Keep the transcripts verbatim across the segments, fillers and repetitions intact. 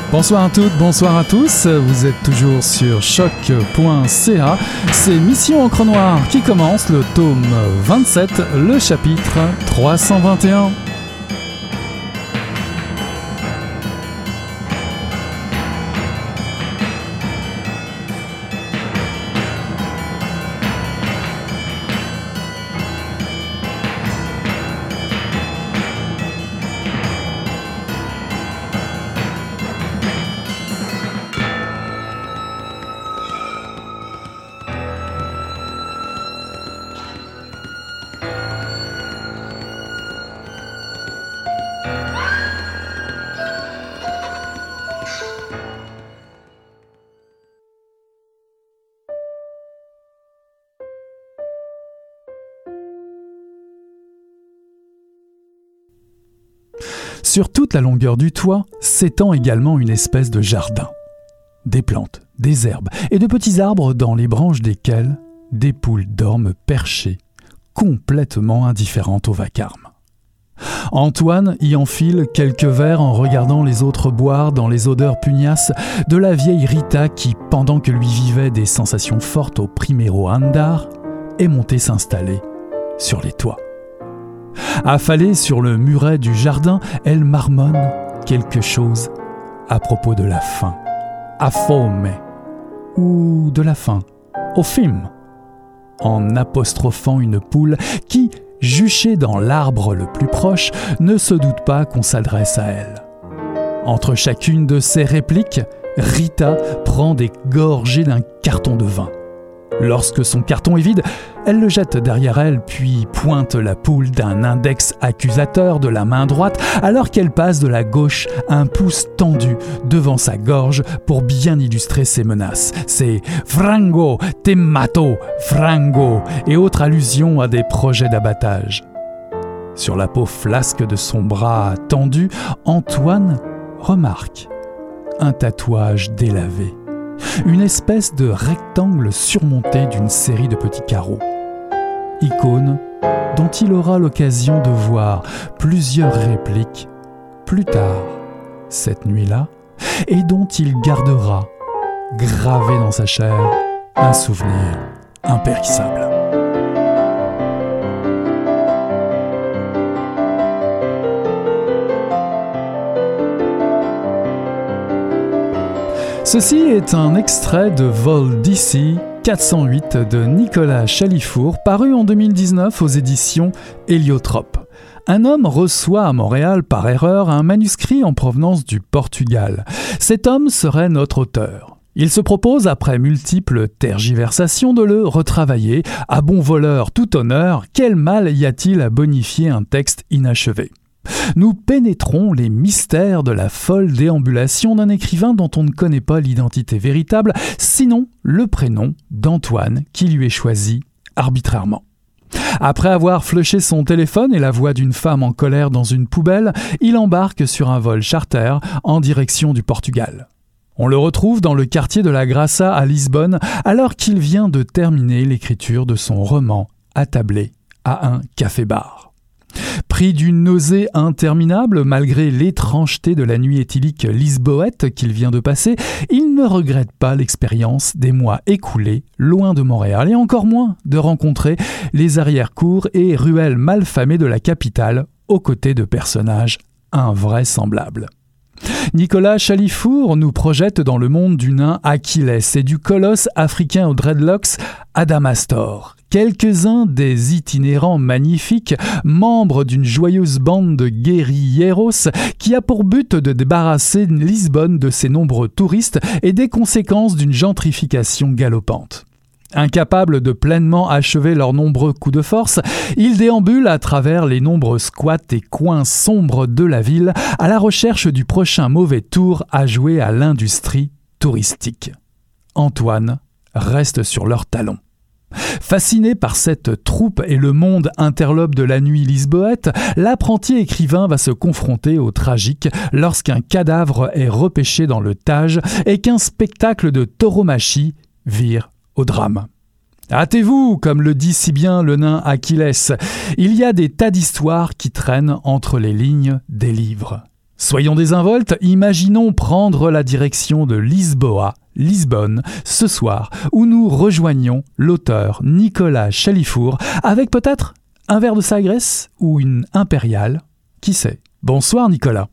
Bonsoir à toutes, bonsoir à tous, vous êtes toujours sur choc point c a. C'est Mission Encre Noire qui commence, le tome vingt-sept, le chapitre trois cent vingt et un. Sur toute la longueur du toit s'étend également une espèce de jardin. Des plantes, des herbes et de petits arbres dans les branches desquels des poules dorment perchées, complètement indifférentes au vacarme. Antoine y enfile quelques verres en regardant les autres boire dans les odeurs pugnaces de la vieille Rita qui, pendant que lui vivait des sensations fortes au Primero Andar, est montée s'installer sur les toits. Affalée sur le muret du jardin, elle marmonne quelque chose à propos de la faim, à fome, ou de la faim, au film, en apostrophant une poule qui, juchée dans l'arbre le plus proche, ne se doute pas qu'on s'adresse à elle. Entre chacune de ces répliques, Rita prend des gorgées d'un carton de vin. Lorsque son carton est vide, elle le jette derrière elle, puis pointe la poule d'un index accusateur de la main droite, alors qu'elle passe de la gauche un pouce tendu devant sa gorge pour bien illustrer ses menaces. C'est « Frango, te mato, Frango » et autres allusions à des projets d'abattage. Sur la peau flasque de son bras tendu, Antoine remarque un tatouage délavé. Une espèce de rectangle surmonté d'une série de petits carreaux. Icône dont il aura l'occasion de voir plusieurs répliques plus tard, cette nuit-là, et dont il gardera, gravé dans sa chair, un souvenir impérissable. Ceci est un extrait de Vol D C quatre cent huit de Nicolas Chalifour, paru en deux mille dix-neuf aux éditions Héliotrope. Un homme reçoit à Montréal par erreur un manuscrit en provenance du Portugal. Cet homme serait notre auteur. Il se propose, après multiples tergiversations, de le retravailler. À bon voleur, tout honneur, quel mal y a-t-il à bonifier un texte inachevé ? Nous pénétrons les mystères de la folle déambulation d'un écrivain dont on ne connaît pas l'identité véritable, sinon le prénom d'Antoine qui lui est choisi arbitrairement. Après avoir flushé son téléphone et la voix d'une femme en colère dans une poubelle, il embarque sur un vol charter en direction du Portugal. On le retrouve dans le quartier de la Graça à Lisbonne alors qu'il vient de terminer l'écriture de son roman attablé à un café-bar. Pris d'une nausée interminable, malgré l'étrangeté de la nuit éthylique lisboète qu'il vient de passer, il ne regrette pas l'expérience des mois écoulés loin de Montréal et encore moins de rencontrer les arrière-cours et ruelles malfamées de la capitale aux côtés de personnages invraisemblables. Nicolas Chalifour nous projette dans le monde du nain Achilles et du colosse africain aux dreadlocks Adamastor. Quelques-uns des itinérants magnifiques, membres d'une joyeuse bande de guerrilleros qui a pour but de débarrasser Lisbonne de ses nombreux touristes et des conséquences d'une gentrification galopante. Incapables de pleinement achever leurs nombreux coups de force, ils déambulent à travers les nombreux squats et coins sombres de la ville à la recherche du prochain mauvais tour à jouer à l'industrie touristique. Antoine reste sur leurs talons. Fasciné par cette troupe et le monde interlope de la nuit lisboète, l'apprenti écrivain va se confronter au tragique lorsqu'un cadavre est repêché dans le Tage et qu'un spectacle de tauromachie vire au drame. Hâtez-vous, comme le dit si bien le nain Achilles, il y a des tas d'histoires qui traînent entre les lignes des livres. Soyons désinvoltes, imaginons prendre la direction de Lisboa, Lisbonne, ce soir, où nous rejoignons l'auteur Nicolas Chalifour, avec peut-être un verre de Sagres ou une impériale, qui sait. Bonsoir Nicolas.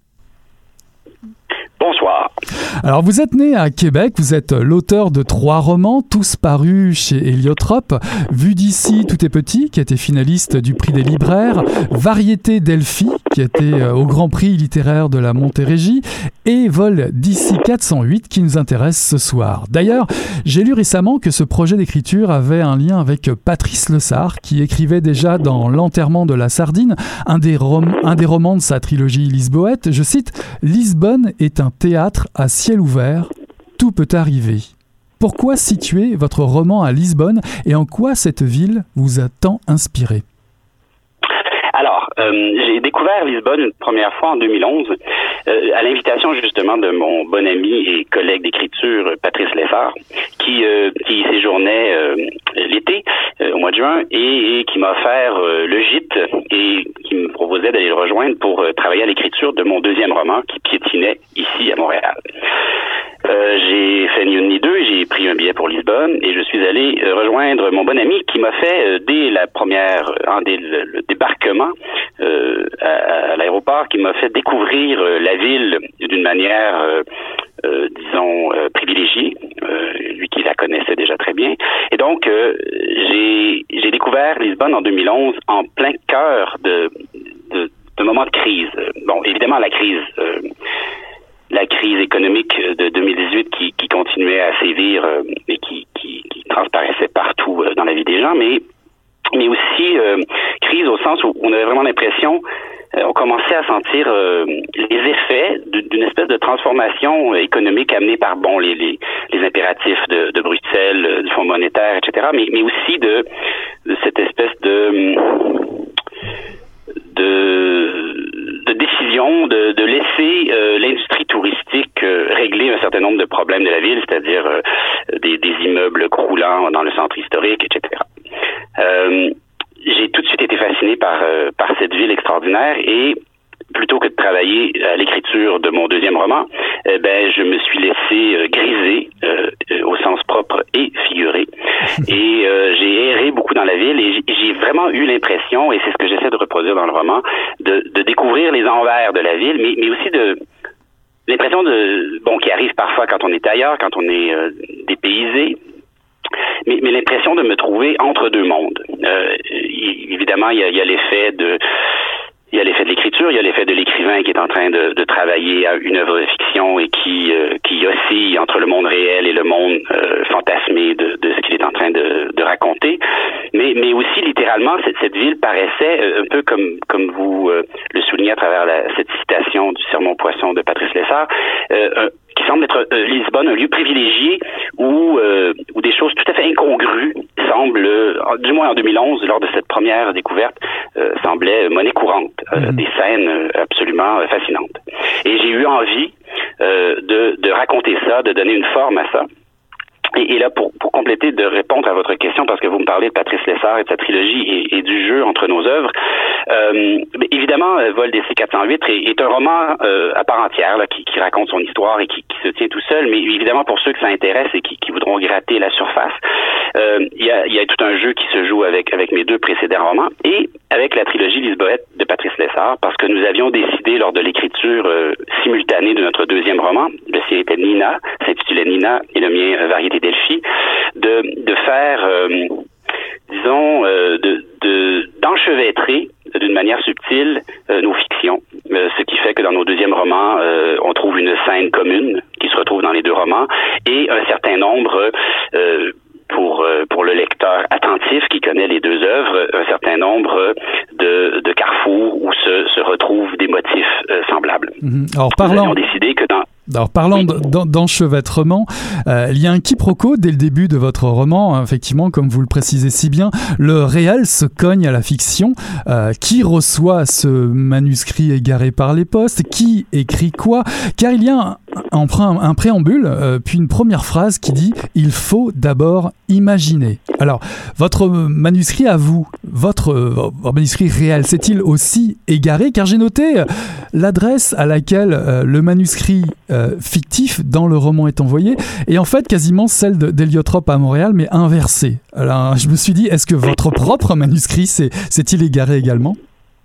Bonsoir. Alors vous êtes né à Québec, vous êtes l'auteur de trois romans, tous parus chez Héliotrope. Vue d'ici, tout est petit, qui a été finaliste du prix des libraires, Variété Delphi, qui a été au Grand Prix littéraire de la Montérégie, et Vol d'ici quatre cent huit, qui nous intéresse ce soir. D'ailleurs, j'ai lu récemment que ce projet d'écriture avait un lien avec Patrice Lessard, qui écrivait déjà dans L'enterrement de la sardine, un des, rom- un des romans de sa trilogie lisboète. Je cite « Lisbonne est un théâtre à ciel ouvert, tout peut arriver ». Pourquoi situer votre roman à Lisbonne et en quoi cette ville vous a tant inspiré ? Alors, euh, j'ai découvert Lisbonne une première fois en deux mille onze, euh, à l'invitation justement de mon bon ami et collègue d'écriture Patrice Lessard, qui, euh, qui séjournait euh, l'été, euh, au mois de juin, et, et qui m'a offert euh, le gîte et qui me proposait d'aller le rejoindre pour euh, travailler à l'écriture de mon deuxième roman qui piétinait ici à Montréal. Euh, j'ai fait ni une ni deux, j'ai pris un billet pour Lisbonne et je suis allé euh, rejoindre mon bon ami qui m'a fait, euh, dès la première, euh, dès le, le débarquement euh, à, à l'aéroport, qui m'a fait découvrir euh, la ville d'une manière, euh, euh, disons, euh, privilégiée, euh, lui qui la connaissait déjà très bien. Et donc, euh, j'ai, j'ai découvert Lisbonne en deux mille onze en plein cœur de, de, de moments de crise. Bon, évidemment, la crise... Euh, la crise économique de deux mille dix-huit qui, qui continuait à sévir euh, et qui, qui, qui transparaissait partout euh, dans la vie des gens, mais mais aussi euh, crise au sens où on avait vraiment l'impression, euh, on commençait à sentir euh, les effets d'une espèce de transformation économique amenée par bon les les, les impératifs de, de Bruxelles, euh, du Fonds monétaire, et cetera, mais mais aussi de, de cette espèce de de, de décision de, de laisser euh, l'industrie touristique euh, régler un certain nombre de problèmes de la ville, c'est-à-dire euh, des, des immeubles croulants dans le centre historique, et cetera. Euh, j'ai tout de suite été fasciné par, euh, par cette ville extraordinaire et plutôt que de travailler à l'écriture de mon deuxième roman, eh ben je me suis laissé euh, griser euh, euh, au sens propre et figuré. Et euh, j'ai erré beaucoup dans la ville et j'ai, j'ai vraiment eu l'impression, et c'est ce que j'essaie de reproduire dans le roman, de, de découvrir les envers de la ville, mais, mais aussi de l'impression de bon qui arrive parfois quand on est ailleurs, quand on est euh, dépaysé. Mais, mais l'impression de me trouver entre deux mondes. Euh, évidemment, il y a, il y a l'effet de Il y a l'effet de l'écriture, il y a l'effet de l'écrivain qui est en train de, de travailler à une œuvre de fiction et qui euh, qui oscille entre le monde réel et le monde euh, fantasmé de, de ce qu'il est en train de, de raconter. Mais mais aussi littéralement, cette, cette ville paraissait un peu comme comme vous euh, le soulignez à travers la, cette citation du Sermon Poisson de Patrice Lessard, euh, un, qui semble être euh, Lisbonne, un lieu privilégié où euh, où des choses tout à fait incongrues semblent, euh, du moins en deux mille onze, lors de cette première découverte, euh, semblaient monnaie courante, euh, mmh. des scènes absolument euh, fascinantes. Et j'ai eu envie euh, de, de raconter ça, de donner une forme à ça. Et, et là, pour, pour compléter, de répondre à votre question, parce que vous me parlez de Patrice Lessard et de sa trilogie et, et du jeu entre nos œuvres, euh, évidemment, Vol d'ici quatre cent huit est, est un roman euh, à part entière là, qui, qui raconte son histoire et qui, qui se tient tout seul, mais évidemment, pour ceux que ça intéresse et qui, qui voudront gratter la surface, euh, il y a, il y a tout un jeu qui se joue avec, avec mes deux précédents romans et avec la trilogie lisboète de Patrice Lessard, parce que nous avions décidé lors de l'écriture euh, simultanée de notre deuxième roman, le sien était Nina, s'intitulait Nina, et le mien euh, Variété Delphi, de, de faire, euh, disons, euh, de, de, d'enchevêtrer d'une manière subtile euh, nos fictions, euh, ce qui fait que dans nos deuxièmes romans, euh, on trouve une scène commune qui se retrouve dans les deux romans, et un certain nombre, euh, pour pour le lecteur attentif qui connaît les deux œuvres, un certain nombre de, de carrefours où se, se retrouvent des motifs euh, semblables. Mmh. Alors, parlant... Nous avions décidé que dans... Alors, parlant oui. d'enchevêtrement, euh, il y a un quiproquo dès le début de votre roman. Hein, effectivement, comme vous le précisez si bien, le réel se cogne à la fiction. Euh, qui reçoit ce manuscrit égaré par les postes? Qui écrit quoi? Car il y a un, un, un préambule, euh, puis une première phrase qui dit « Il faut d'abord imaginer ». Alors, votre manuscrit à vous, votre, votre manuscrit réel, s'est-il aussi égaré? Car j'ai noté euh, l'adresse à laquelle euh, le manuscrit euh, fictif dans le roman est envoyé, et en fait quasiment celle de, d'Héliotrope à Montréal, mais inversée. Alors je me suis dit, est-ce que votre propre manuscrit s'est, s'est-il égaré également?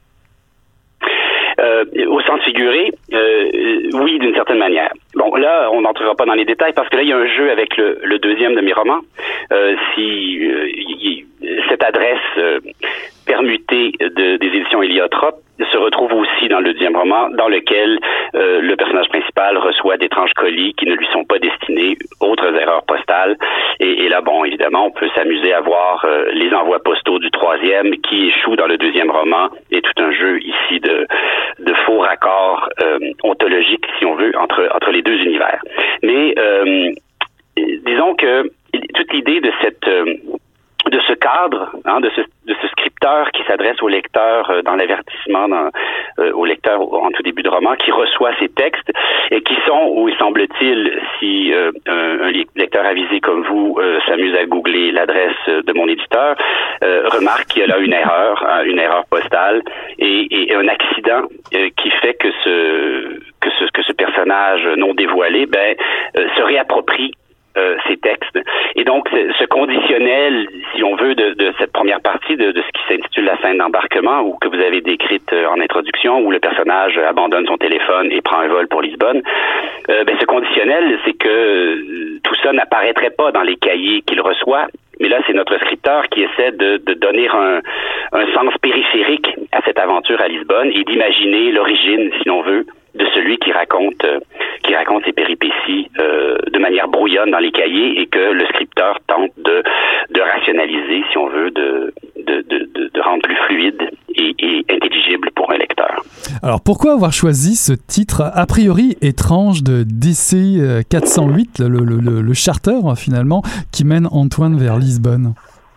Euh, au sens figuré, euh, oui, d'une certaine manière. Bon, là, on n'entrera pas dans les détails parce que là, il y a un jeu avec le, le deuxième de mes romans. Euh, si euh, y, cette adresse euh, permutée de, des éditions Héliotrope se retrouve aussi dans le deuxième roman, dans lequel euh, le personnage principal reçoit d'étranges colis qui ne lui sont pas destinés, autres erreurs postales. Et, et là, bon, évidemment, on peut s'amuser à voir euh, les envois postaux du troisième qui échouent dans le deuxième roman, et tout un jeu ici de, de faux raccords euh, ontologiques, si on veut, entre, entre les deux univers. Mais euh, disons que toute l'idée de cette... Euh, de ce cadre, hein, de ce de ce scripteur qui s'adresse au lecteur euh, dans l'avertissement, dans, euh, au lecteur en tout début de roman, qui reçoit ces textes et qui sont, où il semble-t-il, si euh, un, un lecteur avisé comme vous euh, s'amuse à googler l'adresse de mon éditeur, euh, remarque qu'il y a là une erreur, hein, une erreur postale et, et un accident euh, qui fait que ce que ce que ce personnage non dévoilé, ben, euh, se réapproprie Euh, ces textes. Et donc, ce conditionnel, si on veut, de, de cette première partie de, de ce qui s'intitule la scène d'embarquement, ou que vous avez décrite en introduction, où le personnage abandonne son téléphone et prend un vol pour Lisbonne, euh, ben, ce conditionnel, c'est que euh, tout ça n'apparaîtrait pas dans les cahiers qu'il reçoit. Mais là, c'est notre scripteur qui essaie de, de donner un, un sens périphérique à cette aventure à Lisbonne et d'imaginer l'origine, si l'on veut, de celui qui raconte euh, qui raconte ses péripéties euh, de manière brouillonne dans les cahiers, et que le scripteur tente de de rationaliser, si on veut, de de de, de rendre plus fluide et, et intelligible pour un lecteur. Alors pourquoi avoir choisi ce titre a priori étrange de D C quatre cent huit, le, le, le, le charter finalement qui mène Antoine vers Lisbonne?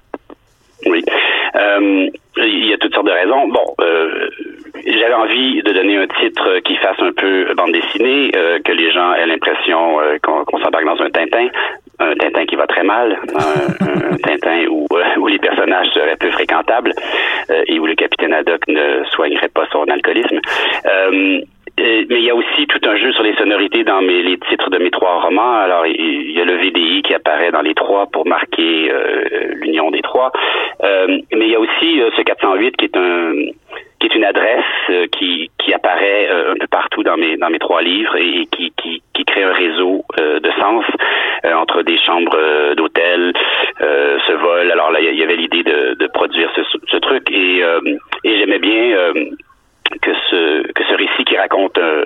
Oui, euh, il y a toutes sortes de raisons. Bon. Euh, J'avais envie de donner un titre qui fasse un peu bande dessinée, euh, que les gens aient l'impression euh, qu'on, qu'on s'embarque dans un Tintin, un Tintin qui va très mal, un, un Tintin où, euh, où les personnages seraient peu fréquentables euh, et où le capitaine Haddock ne soignerait pas son alcoolisme. Euh, mais il y a aussi tout un jeu sur les sonorités dans mes, les titres de mes trois romans. Alors, il y a le V D I qui apparaît dans les trois pour marquer euh, l'union des trois. Euh, mais il y a aussi euh, ce quatre cent huit qui est un qui est une adresse euh, qui qui apparaît euh, un peu partout dans mes dans mes trois livres et, et qui qui qui crée un réseau euh, de sens euh, entre des chambres euh, d'hôtel, euh, ce vol. Alors là, il y avait l'idée de de produire ce ce truc et euh, et j'aimais bien euh, que ce que ce récit qui raconte euh,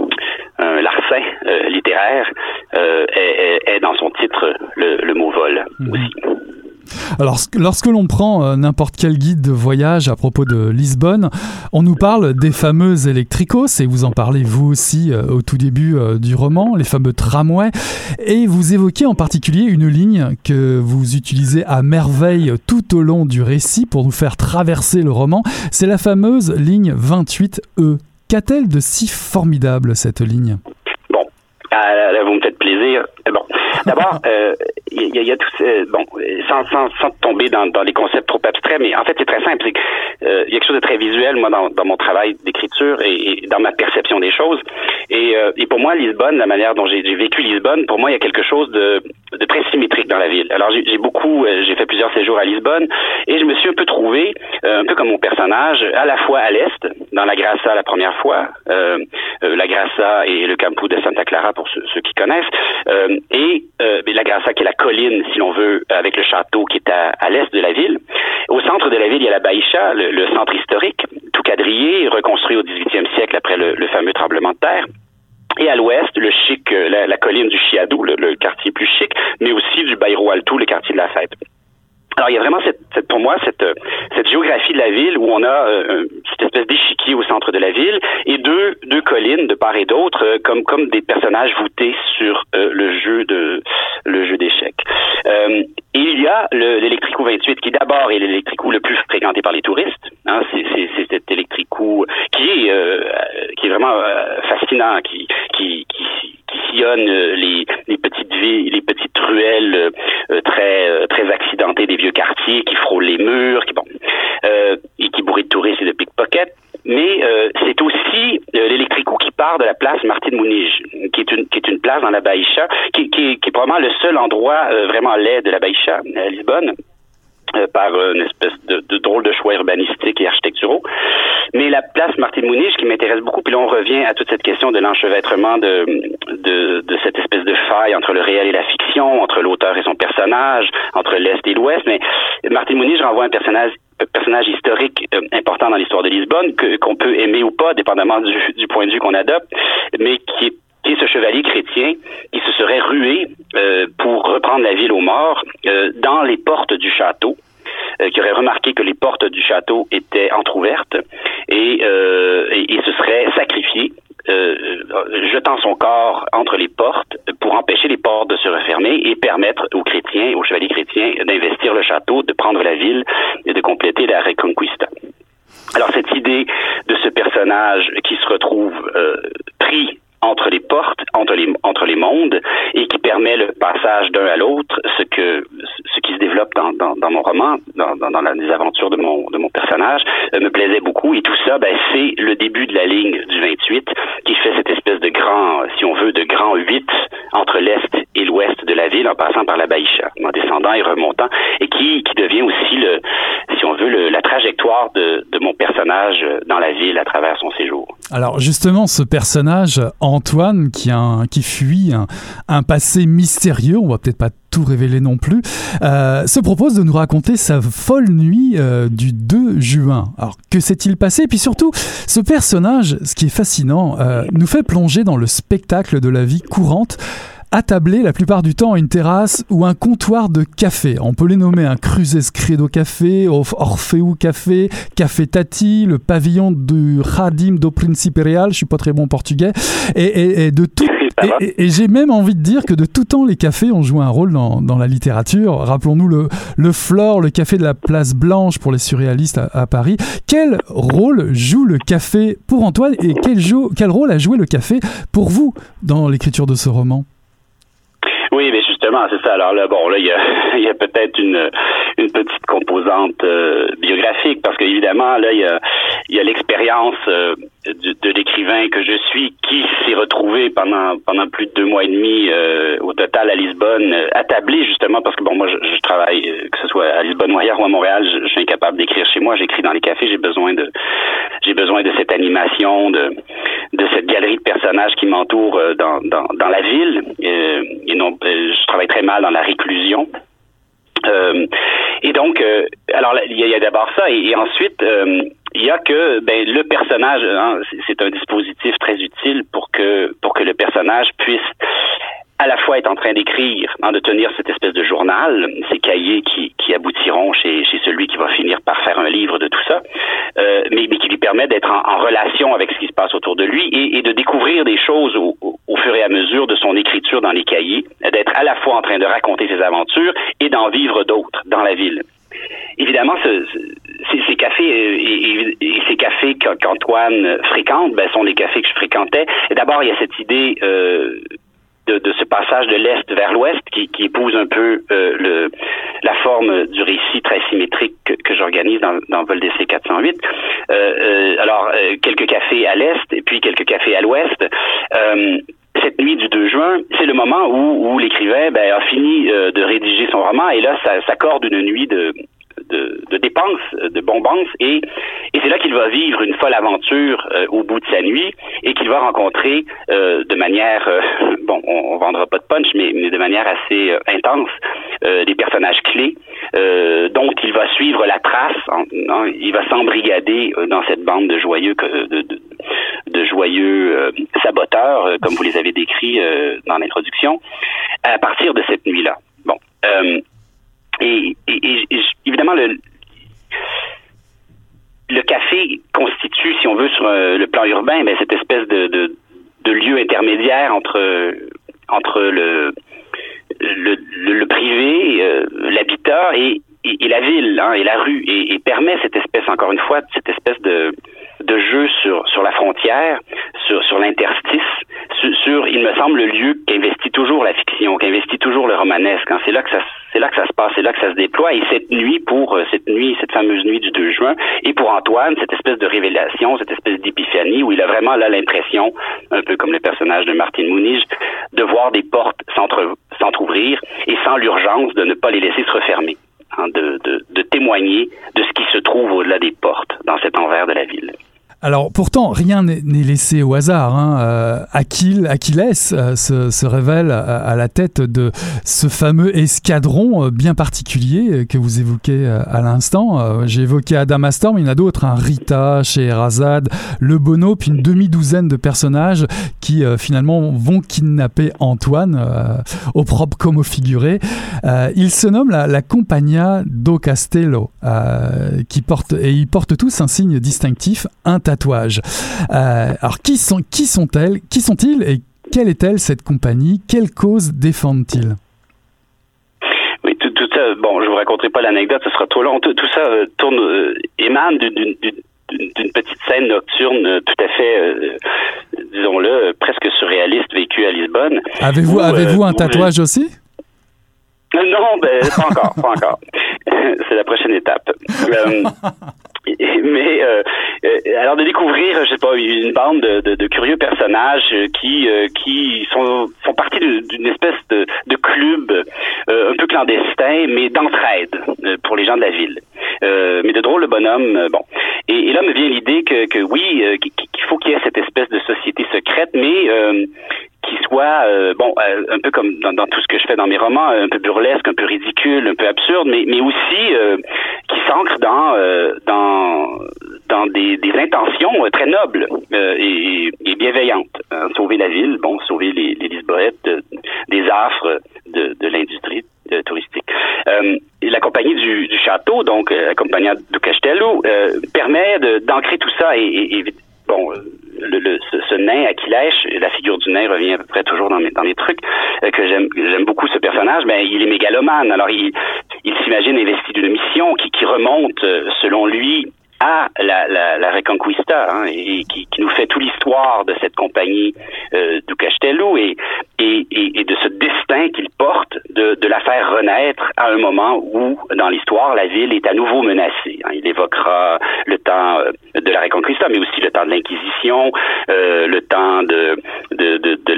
un larcin euh, littéraire euh, est, est, est dans son titre le, le mot vol mmh. aussi. Alors, lorsque l'on prend euh, n'importe quel guide de voyage à propos de Lisbonne, on nous parle des fameux électricos, et vous en parlez vous aussi euh, au tout début euh, du roman, les fameux tramways, et vous évoquez en particulier une ligne que vous utilisez à merveille tout au long du récit pour nous faire traverser le roman, c'est la fameuse ligne vingt-huit E. Qu'a-t-elle de si formidable, cette ligne? Bon, euh, là, vous me faites plaisir. Bon, d'abord, euh, il y, y, y a tout, euh, bon, sans, sans, sans tomber dans, dans les concepts trop abstraits, mais en fait, c'est très simple. Il euh, y a quelque chose de très visuel, moi, dans, dans mon travail d'écriture et, et dans ma perception des choses. Et, euh, et pour moi, Lisbonne, la manière dont j'ai, j'ai vécu Lisbonne, pour moi, il y a quelque chose de, de très symétrique dans la ville. Alors, j'ai, j'ai beaucoup, euh, j'ai fait plusieurs séjours à Lisbonne et je me suis un peu trouvé, euh, un peu comme mon personnage, à la fois à l'est, dans la Graça la première fois, euh, euh, la Graça et le Campo de Santa Clara pour ceux, ceux qui connaissent, euh, et euh, la Graça qui est la colline, si l'on veut, avec le château qui est à, à l'est de la ville. Au centre de la ville, il y a la Baixa, le, le centre historique, tout quadrillé, reconstruit au dix-huitième siècle après le, le fameux tremblement de terre. Et à l'ouest, le chic, la, la colline du Chiado, le, le quartier plus chic, mais aussi du Bairro Alto, le quartier de la fête. Alors, il y a vraiment, cette, cette, pour moi, cette, cette géographie de la ville où on a euh, cette espèce d'échiquier au centre de la ville et deux, deux collines de part et d'autre, euh, comme, comme des personnages voûtés sur euh, le jeu de le jeu d'échecs. Euh, et il y a le, l'électricou vingt-huit qui d'abord est l'électricou le plus fréquenté par les touristes. Hein, c'est, c'est, c'est cet électricou qui est euh, qui est vraiment euh, fascinant, qui qui qui qui sillonne les, les petites villes, les petites ruelles euh, très euh, très accidentées des vieux quartiers, qui frôlent les murs, qui bon. Euh, dans la Baïcha, qui, qui, qui est probablement le seul endroit euh, vraiment laid de la Baïcha, à Lisbonne. Euh, par euh, une espèce de, de drôle de choix urbanistiques et architecturaux. Mais la place Martin Mounich, qui m'intéresse beaucoup, puis là on revient à toute cette question de l'enchevêtrement de, de, de cette espèce de faille entre le réel et la fiction, entre l'auteur et son personnage, entre l'Est et l'Ouest. Mais Martin Mounich renvoie un personnage personnage historique euh, important dans l'histoire de Lisbonne, que, qu'on peut aimer ou pas, dépendamment du, du point de vue qu'on adopte, mais qui est qui est ce chevalier chrétien qui se serait rué euh, pour reprendre la ville aux morts euh, dans les portes du château, euh, qui aurait remarqué que les portes du château étaient entrouvertes et, euh, et, et se serait sacrifié, euh, jetant son corps entre les portes pour empêcher les portes de se refermer et permettre aux chrétiens, aux chevaliers chrétiens, d'investir le château, de prendre la ville et de compléter la Reconquista. Alors cette idée de ce personnage qui se retrouve euh, pris entre les portes, entre les entre les mondes, et qui permet le passage d'un à l'autre, ce que ce qui se développe dans dans, dans mon roman, dans, dans, dans les aventures de mon de mon personnage, euh, me plaisait beaucoup. Et tout ça, ben c'est le début de la ligne du vingt-huit qui fait cette espèce de grand, si on veut, de grand huit entre l'est et l'ouest de la ville, en passant par la Baïcha, en descendant et remontant, et qui qui devient aussi le, si on veut, le, la trajectoire de de mon personnage dans la ville à travers son séjour. Alors justement, ce personnage Antoine qui, a un, qui fuit un, un passé mystérieux, on va peut-être pas tout révéler non plus, euh, se propose de nous raconter sa folle nuit euh, du deux juin. Alors que s'est-il passé? Et puis surtout, ce personnage, ce qui est fascinant, euh, nous fait plonger dans le spectacle de la vie courante, attablé la plupart du temps à une terrasse ou un comptoir de café. On peut les nommer un Cruzes Credo Café, Orfeu Café, Café Tati, le pavillon du Jardim do Príncipe Real, je suis pas très bon en portugais, et, et, et de tout. Et, et, et j'ai même envie de dire que de tout temps, les cafés ont joué un rôle dans, dans la littérature. Rappelons-nous le, le Flore, le café de la Place Blanche pour les surréalistes à, à Paris. Quel rôle joue le café pour Antoine et quel, jo- quel rôle a joué le café pour vous dans l'écriture de ce roman? Oui, mais justement, c'est ça. Alors là, bon, là, il y a, il y a peut-être une, une petite composante euh, biographique, parce qu'évidemment, là, il y a, il y a l'expérience euh, de, de l'écrivain que je suis, qui s'est retrouvé pendant pendant plus de deux mois et demi euh, au total à Lisbonne, euh, attablé justement, parce que bon, moi, je, je travaille, euh, que ce soit à Lisbonne ou ailleurs ou à Montréal, je, je suis incapable d'écrire chez moi. J'écris dans les cafés. J'ai besoin de, j'ai besoin de cette animation, de de cette galerie de personnages qui m'entourent euh, dans, dans dans la ville, euh, et non. Je travaille très mal dans la réclusion. Euh, et donc, euh, alors il y, y a d'abord ça, et, et ensuite, euh, il y a que ben, le personnage, hein, c'est, c'est un dispositif très utile pour que pour que le personnage puisse à la fois être en train d'écrire, hein, de tenir cette espèce de journal, ces cahiers qui, qui aboutiront chez, chez celui qui va finir par faire un livre de tout ça, euh, mais, mais qui lui permet d'être en, en relation avec ce qui se passe autour de lui et, et de découvrir des choses au, au, au fur et à mesure de son écriture dans les cahiers, d'être à la fois en train de raconter ses aventures et d'en vivre d'autres dans la ville. Évidemment, ce, ce, ces cafés et, et, et ces cafés qu'Antoine fréquente, ben, sont les cafés que je fréquentais. Et d'abord, il y a cette idée euh, De, de ce passage de l'Est vers l'Ouest qui, qui épouse un peu euh, le, la forme du récit très symétrique que, que j'organise dans, dans Vol D C quatre cent huit. Euh, euh, alors, euh, quelques cafés à l'Est et puis quelques cafés à l'Ouest. Euh, cette nuit du deux juin, c'est le moment où, où l'écrivain ben, a fini euh, de rédiger son roman et là, ça s'accorde une nuit de... De, de dépenses, de bonbons, et, et c'est là qu'il va vivre une folle aventure euh, au bout de sa nuit et qu'il va rencontrer euh, de manière, euh, bon, on, on vendra pas de punch, mais, mais de manière assez euh, intense, euh, des personnages clés euh, dont il va suivre la trace, en, en, il va s'embrigader euh, dans cette bande de joyeux, de, de, de joyeux euh, saboteurs, euh, comme vous les avez décrits euh, dans l'introduction, à partir de cette nuit-là. Bon. Euh, Et, et, et, et évidemment, le, le café constitue, si on veut, sur euh, le plan urbain, ben, cette espèce de, de, de lieu intermédiaire entre, entre le, le, le, le privé, euh, l'habitat et, et, et la ville, hein, et la rue, et, et permet cette espèce, encore une fois, cette espèce de, de jeu sur, sur la frontière, sur, sur l'interstice, sur, sur, il me semble, le lieu qu'investit toujours la fiction, qui investit toujours le romanesque. Hein. C'est là que ça, c'est là que ça se passe, c'est là que ça se déploie. Et cette nuit, pour euh, cette nuit, cette fameuse nuit du deux juin, et pour Antoine, cette espèce de révélation, cette espèce d'épiphanie, où il a vraiment là l'impression, un peu comme le personnage de Martin Munich, de voir des portes s'entre- s'entrouvrir et sans l'urgence de ne pas les laisser se refermer. Hein, de, de, de témoigner de ce qui se trouve au-delà des portes dans cet envers de la ville. Alors pourtant, rien n'est, n'est laissé au hasard. Hein. Euh, Achille, Achilles euh, se, se révèle à, à la tête de ce fameux escadron euh, bien particulier euh, que vous évoquez euh, à l'instant. Euh, j'ai évoqué Adamastor, mais il y en a d'autres. Hein. Rita, Scheherazade, Le Bono, puis une demi-douzaine de personnages qui euh, finalement vont kidnapper Antoine, euh, au propre comme au figuré. Euh, il se nomme la, la Compagnia do Castello, euh, qui porte, et ils portent tous un signe distinctif, un tatouage. Euh, alors qui sont qui sont-elles, qui sont-ils et quelle est-elle cette compagnie? Quelle cause défendent-ils? Oui, tout, tout ça. Bon, je vous raconterai pas l'anecdote, ce sera trop long. Tout, tout ça euh, tourne, euh, émane d'une, d'une, d'une petite scène nocturne euh, tout à fait, euh, disons-le, euh, presque surréaliste vécue à Lisbonne. Avez-vous, où, avez-vous euh, un tatouage je... aussi? Non, ben pas encore, pas encore. C'est la prochaine étape. Euh, mais euh, euh, alors de découvrir, je sais pas, une bande de, de, de curieux personnages qui euh, qui sont font partie de, d'une espèce de, de club euh, un peu clandestin, mais d'entraide euh, pour les gens de la ville. Euh, mais de drôles de bonhommes, euh, bon. Et, et là me vient l'idée que, que oui, euh, qu'il faut qu'il y ait cette espèce de société secrète, mais euh, qui soit, euh, bon, euh, un peu comme dans, dans tout ce que je fais dans mes romans, un peu burlesque, un peu ridicule, un peu absurde, mais, mais aussi euh, qui s'ancre dans, euh, dans, dans des, des intentions euh, très nobles euh, et, et bienveillantes. Hein. Sauver la ville, bon, sauver les, les Lisboètes euh, des affres de, de l'industrie euh, touristique. Euh, la compagnie du, du château, donc euh, la Compagnia do Castello, euh, permet de, d'ancrer tout ça et, et, et bon... Euh, Le, le, ce, ce nain Aquilèche, la figure du nain revient à peu près toujours dans mes, dans mes trucs, euh, que j'aime, j'aime beaucoup ce personnage, mais il est mégalomane. Alors il, il s'imagine investi d'une mission qui, qui remonte, selon lui, à la, la, la Reconquista, hein, et qui, qui nous fait toute l'histoire de cette compagnie euh, du Castello et, et, et, et de ce destin qu'il porte de, de la faire renaître à un moment où, dans l'histoire, la ville est à nouveau menacée. Hein. Il évoquera le temps de la Reconquista, mais aussi le temps de l'Inquisition, euh, le temps de, de, de, de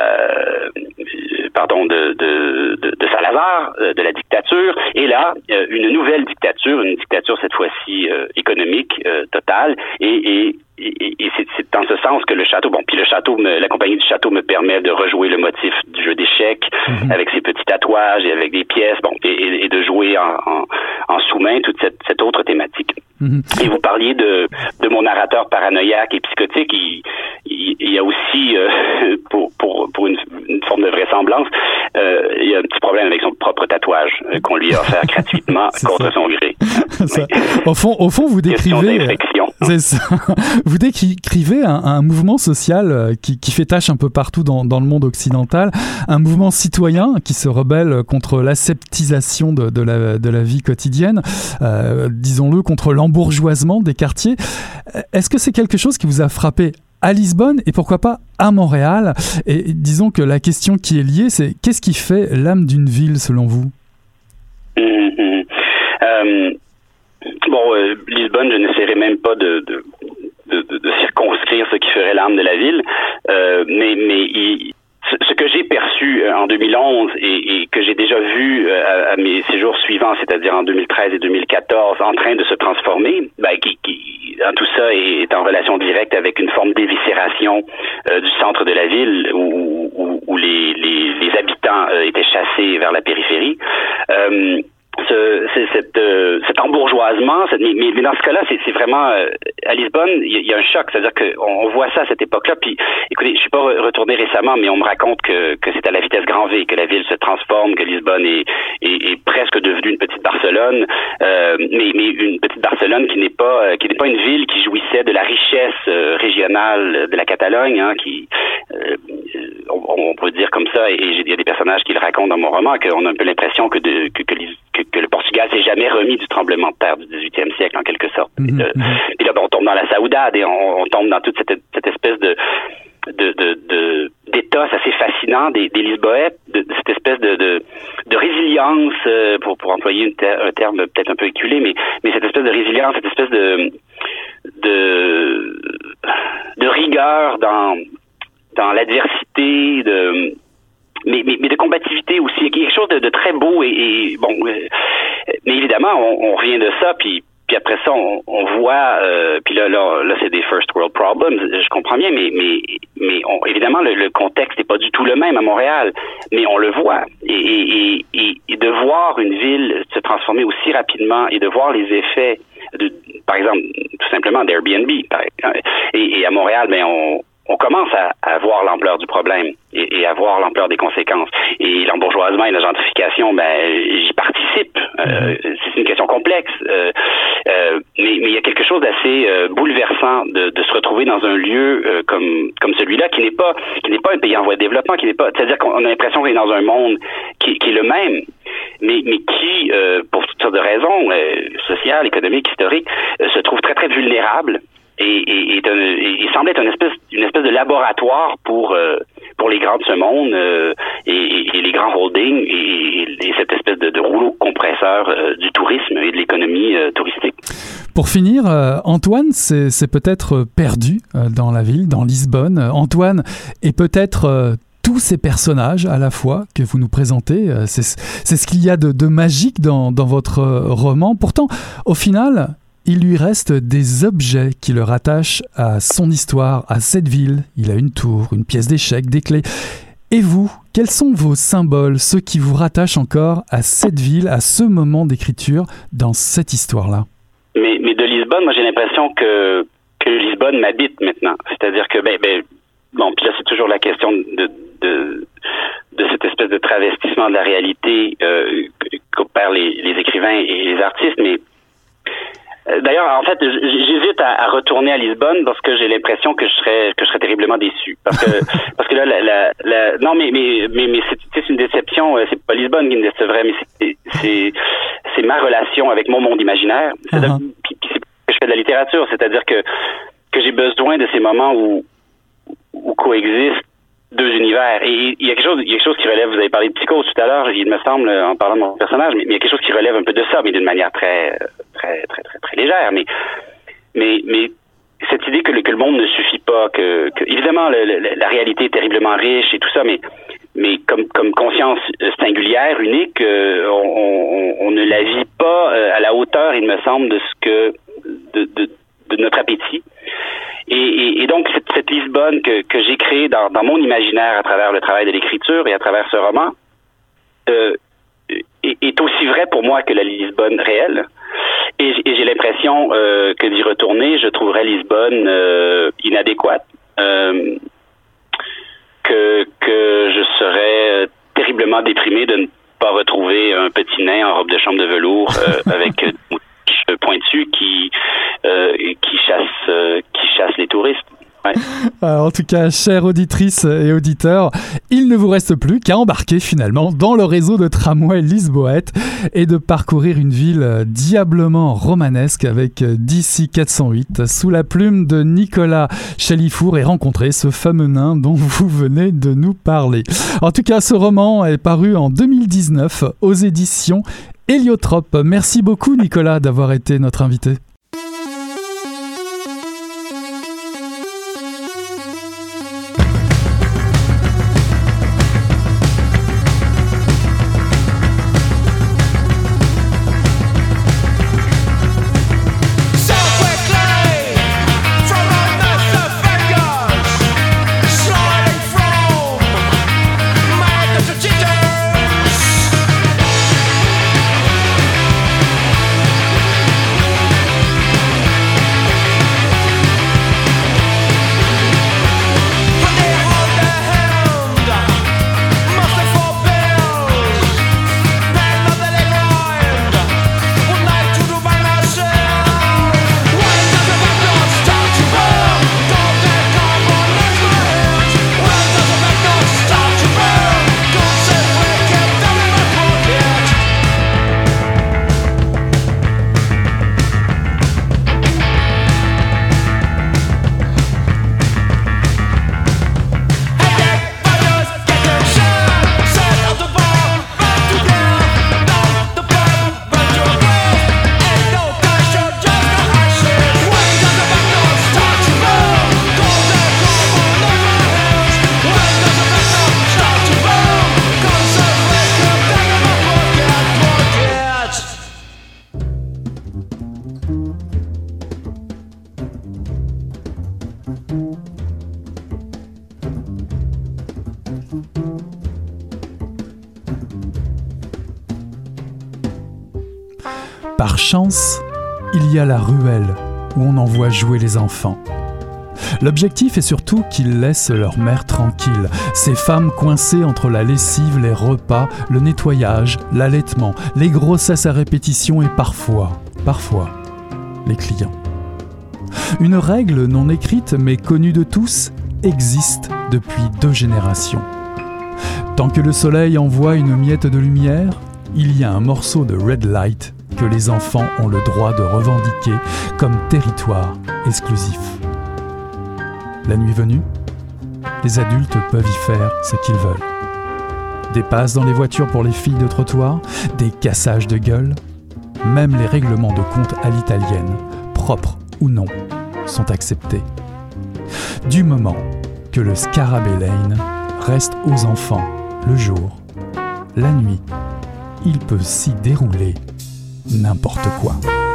la... pardon, de, de, de, de Salazar, de la dictature, et là, une nouvelle dictature, une dictature cette fois-ci euh, économique, euh, totale, et, et, et, et c'est, c'est dans ce sens que le château, bon, puis le château, me, la compagnie du château me permet de rejouer le motif du jeu d'échecs, mm-hmm. avec ses petits tatouages et avec des pièces, bon, et, et de jouer en, en, en sous-main toute cette, cette autre thématique. Mm-hmm. Et vous parliez de, de mon narrateur paranoïaque et psychotique, il, il, il y a aussi, euh, pour, pour, pour une, une forme de vraisemblance, euh, il y a un petit problème avec son propre tatouage euh, qu'on lui a offert gratuitement contre ça. Son gré. Ça. Au fond, au fond, vous décrivez, c'est ça. Vous décrivez un, un mouvement social qui, qui fait tâche un peu partout dans, dans le monde occidental, un mouvement citoyen qui se rebelle contre l'aseptisation de, de, la, de la vie quotidienne, euh, disons-le, contre l'embourgeoisement des quartiers. Est-ce que c'est quelque chose qui vous a frappé à Lisbonne et pourquoi pas à Montréal? Et disons que la question qui est liée, c'est qu'est-ce qui fait l'âme d'une ville selon vous? Mmh, euh, bon, euh, Lisbonne, je n'essaierai même pas de, de, de, de, de circonscrire ce qui ferait l'âme de la ville, euh, mais, mais il, ce que j'ai perçu en deux mille onze et, et que j'ai déjà vu à, à mes séjours suivants, c'est-à-dire en deux mille treize et deux mille quatorze, en train de se transformer, ben, qui, qui, tout ça est en relation directe avec une forme d'éviscération euh, du centre de la ville où, où, où les, les, les habitants euh, étaient chassés vers la périphérie. Euh, Ce, c'est, cette, euh, cet embourgeoisement, cette, mais, mais dans ce cas-là, c'est, c'est vraiment euh, à Lisbonne, il y, y a un choc, c'est-à-dire qu'on on voit ça à cette époque-là. Puis, écoutez, je suis pas retourné récemment, mais on me raconte que, que c'est à la vitesse grand V, que la ville se transforme, que Lisbonne est, est, est presque devenue une petite Barcelone, euh, mais, mais une petite Barcelone qui n'est pas, euh, qui n'est pas une ville qui jouissait de la richesse euh, régionale de la Catalogne, hein, qui, euh, on, on peut dire comme ça, et il y a des personnages qui le racontent dans mon roman, qu'on a un peu l'impression que, de, que, que, que, que le Portugal s'est jamais remis du tremblement de terre du dix-huitième siècle, en quelque sorte. Mm-hmm. Et, euh, et là, ben, on tombe dans la saoudade et on, on tombe dans toute cette, cette espèce de, de, de, de d'éthos assez fascinant des, des Lisboètes, de, de cette espèce de, de, de résilience, euh, pour, pour employer une ter- un terme peut-être un peu éculé, mais, mais cette espèce de résilience, cette espèce de, de, de rigueur dans, dans l'adversité, de, mais, mais, mais de combativité aussi. Il y a quelque chose de, de très beau et, et bon, euh, mais évidemment, on, on revient de ça, puis Puis après ça, on, on voit, euh, puis là, là, là, c'est des first world problems. Je comprends bien, mais, mais, mais on, évidemment, le, le contexte n'est pas du tout le même à Montréal, mais on le voit. Et, et, et, et de voir une ville se transformer aussi rapidement et de voir les effets, de, par exemple, tout simplement d'Airbnb. Et, et à Montréal, mais on on commence à, à voir l'ampleur du problème et, et à voir l'ampleur des conséquences. Et l'embourgeoisement et la gentrification, ben, j'y participe. Euh, c'est une question complexe. Euh, euh, mais, mais il y a quelque chose d'assez euh, bouleversant de, de se retrouver dans un lieu euh, comme comme celui-là, qui n'est pas qui n'est pas un pays en voie de développement, qui n'est pas, c'est-à-dire qu'on a l'impression qu'on est dans un monde qui, qui est le même, mais mais qui, euh, pour toutes sortes de raisons euh, sociales, économiques, historiques, euh, se trouve très très vulnérable. Et, et, et, un, et il semble être une espèce, une espèce de laboratoire pour euh, pour les grands de ce monde euh, et, et, et les grands holdings et, et cette espèce de, de rouleau compresseur euh, du tourisme et de l'économie euh, touristique. Pour finir, euh, Antoine, c'est, c'est peut-être perdu euh, dans la ville, dans Lisbonne. Antoine est peut-être euh, tous ces personnages à la fois que vous nous présentez. Euh, c'est, c'est ce qu'il y a de, de magique dans, dans votre roman. Pourtant, au final, il lui reste des objets qui le rattachent à son histoire, à cette ville. Il a une tour, une pièce d'échecs, des clés. Et vous, quels sont vos symboles, ceux qui vous rattachent encore à cette ville, à ce moment d'écriture, dans cette histoire-là? Mais, mais de Lisbonne, moi j'ai l'impression que, que Lisbonne m'habite maintenant. C'est-à-dire que, ben, ben bon, puis là c'est toujours la question de, de, de cette espèce de travestissement de la réalité euh, qu'opèrent les, les écrivains et les artistes, mais d'ailleurs, en fait, j'hésite à, à retourner à Lisbonne parce que j'ai l'impression que je serais que je serais terriblement déçu. Parce que parce que là, la, la, la non, mais mais mais, mais c'est, c'est une déception. C'est pas Lisbonne qui me décevrait, mais c'est c'est c'est ma relation avec mon monde imaginaire. C'est uh-huh. de, puis, puis c'est que je fais de la littérature, c'est-à-dire que que j'ai besoin de ces moments où où coexistent deux univers. Et il y a quelque chose, il y a quelque chose qui relève. Vous avez parlé de psychose tout à l'heure, il me semble, en parlant de mon personnage, mais il y a quelque chose qui relève un peu de ça, mais d'une manière très, très, très, très, très légère. Mais, mais, mais cette idée que le, que le monde ne suffit pas, que, que évidemment le, le, la réalité est terriblement riche et tout ça, mais, mais comme, comme conscience singulière, unique, euh, on, on, on ne la vit pas à la hauteur, il me semble, de ce que, de, de, de notre appétit. Et, et, et donc, cette, cette Lisbonne que, que j'ai créée dans, dans mon imaginaire à travers le travail de l'écriture et à travers ce roman euh, est, est aussi vraie pour moi que la Lisbonne réelle. Et, et j'ai l'impression euh, que d'y retourner, je trouverais Lisbonne euh, inadéquate, euh, que, que je serais terriblement déprimé de ne pas retrouver un petit nain en robe de chambre de velours euh, avec euh, pointu qui euh, qui chasse euh, qui chasse les touristes. Ouais. Alors, en tout cas, chères auditrices et auditeurs, il ne vous reste plus qu'à embarquer finalement dans le réseau de tramway lisboète et de parcourir une ville diablement romanesque avec D C quatre cent huit sous la plume de Nicolas Chalifour et rencontrer ce fameux nain dont vous venez de nous parler. En tout cas, ce roman est paru en deux mille dix-neuf aux éditions Héliotrope. Merci beaucoup Nicolas d'avoir été notre invité. Par chance, il y a la ruelle où on envoie jouer les enfants. L'objectif est surtout qu'ils laissent leur mère tranquille, ces femmes coincées entre la lessive, les repas, le nettoyage, l'allaitement, les grossesses à répétition et parfois, parfois, les clients. Une règle non écrite mais connue de tous existe depuis deux générations. Tant que le soleil envoie une miette de lumière, il y a un morceau de red light que les enfants ont le droit de revendiquer comme territoire exclusif. La nuit venue, les adultes peuvent y faire ce qu'ils veulent. Des passes dans les voitures pour les filles de trottoir, des cassages de gueule, même les règlements de compte à l'italienne, propres ou non, sont acceptés. Du moment que le Scarabée Lane reste aux enfants le jour, la nuit, il peut s'y dérouler n'importe quoi.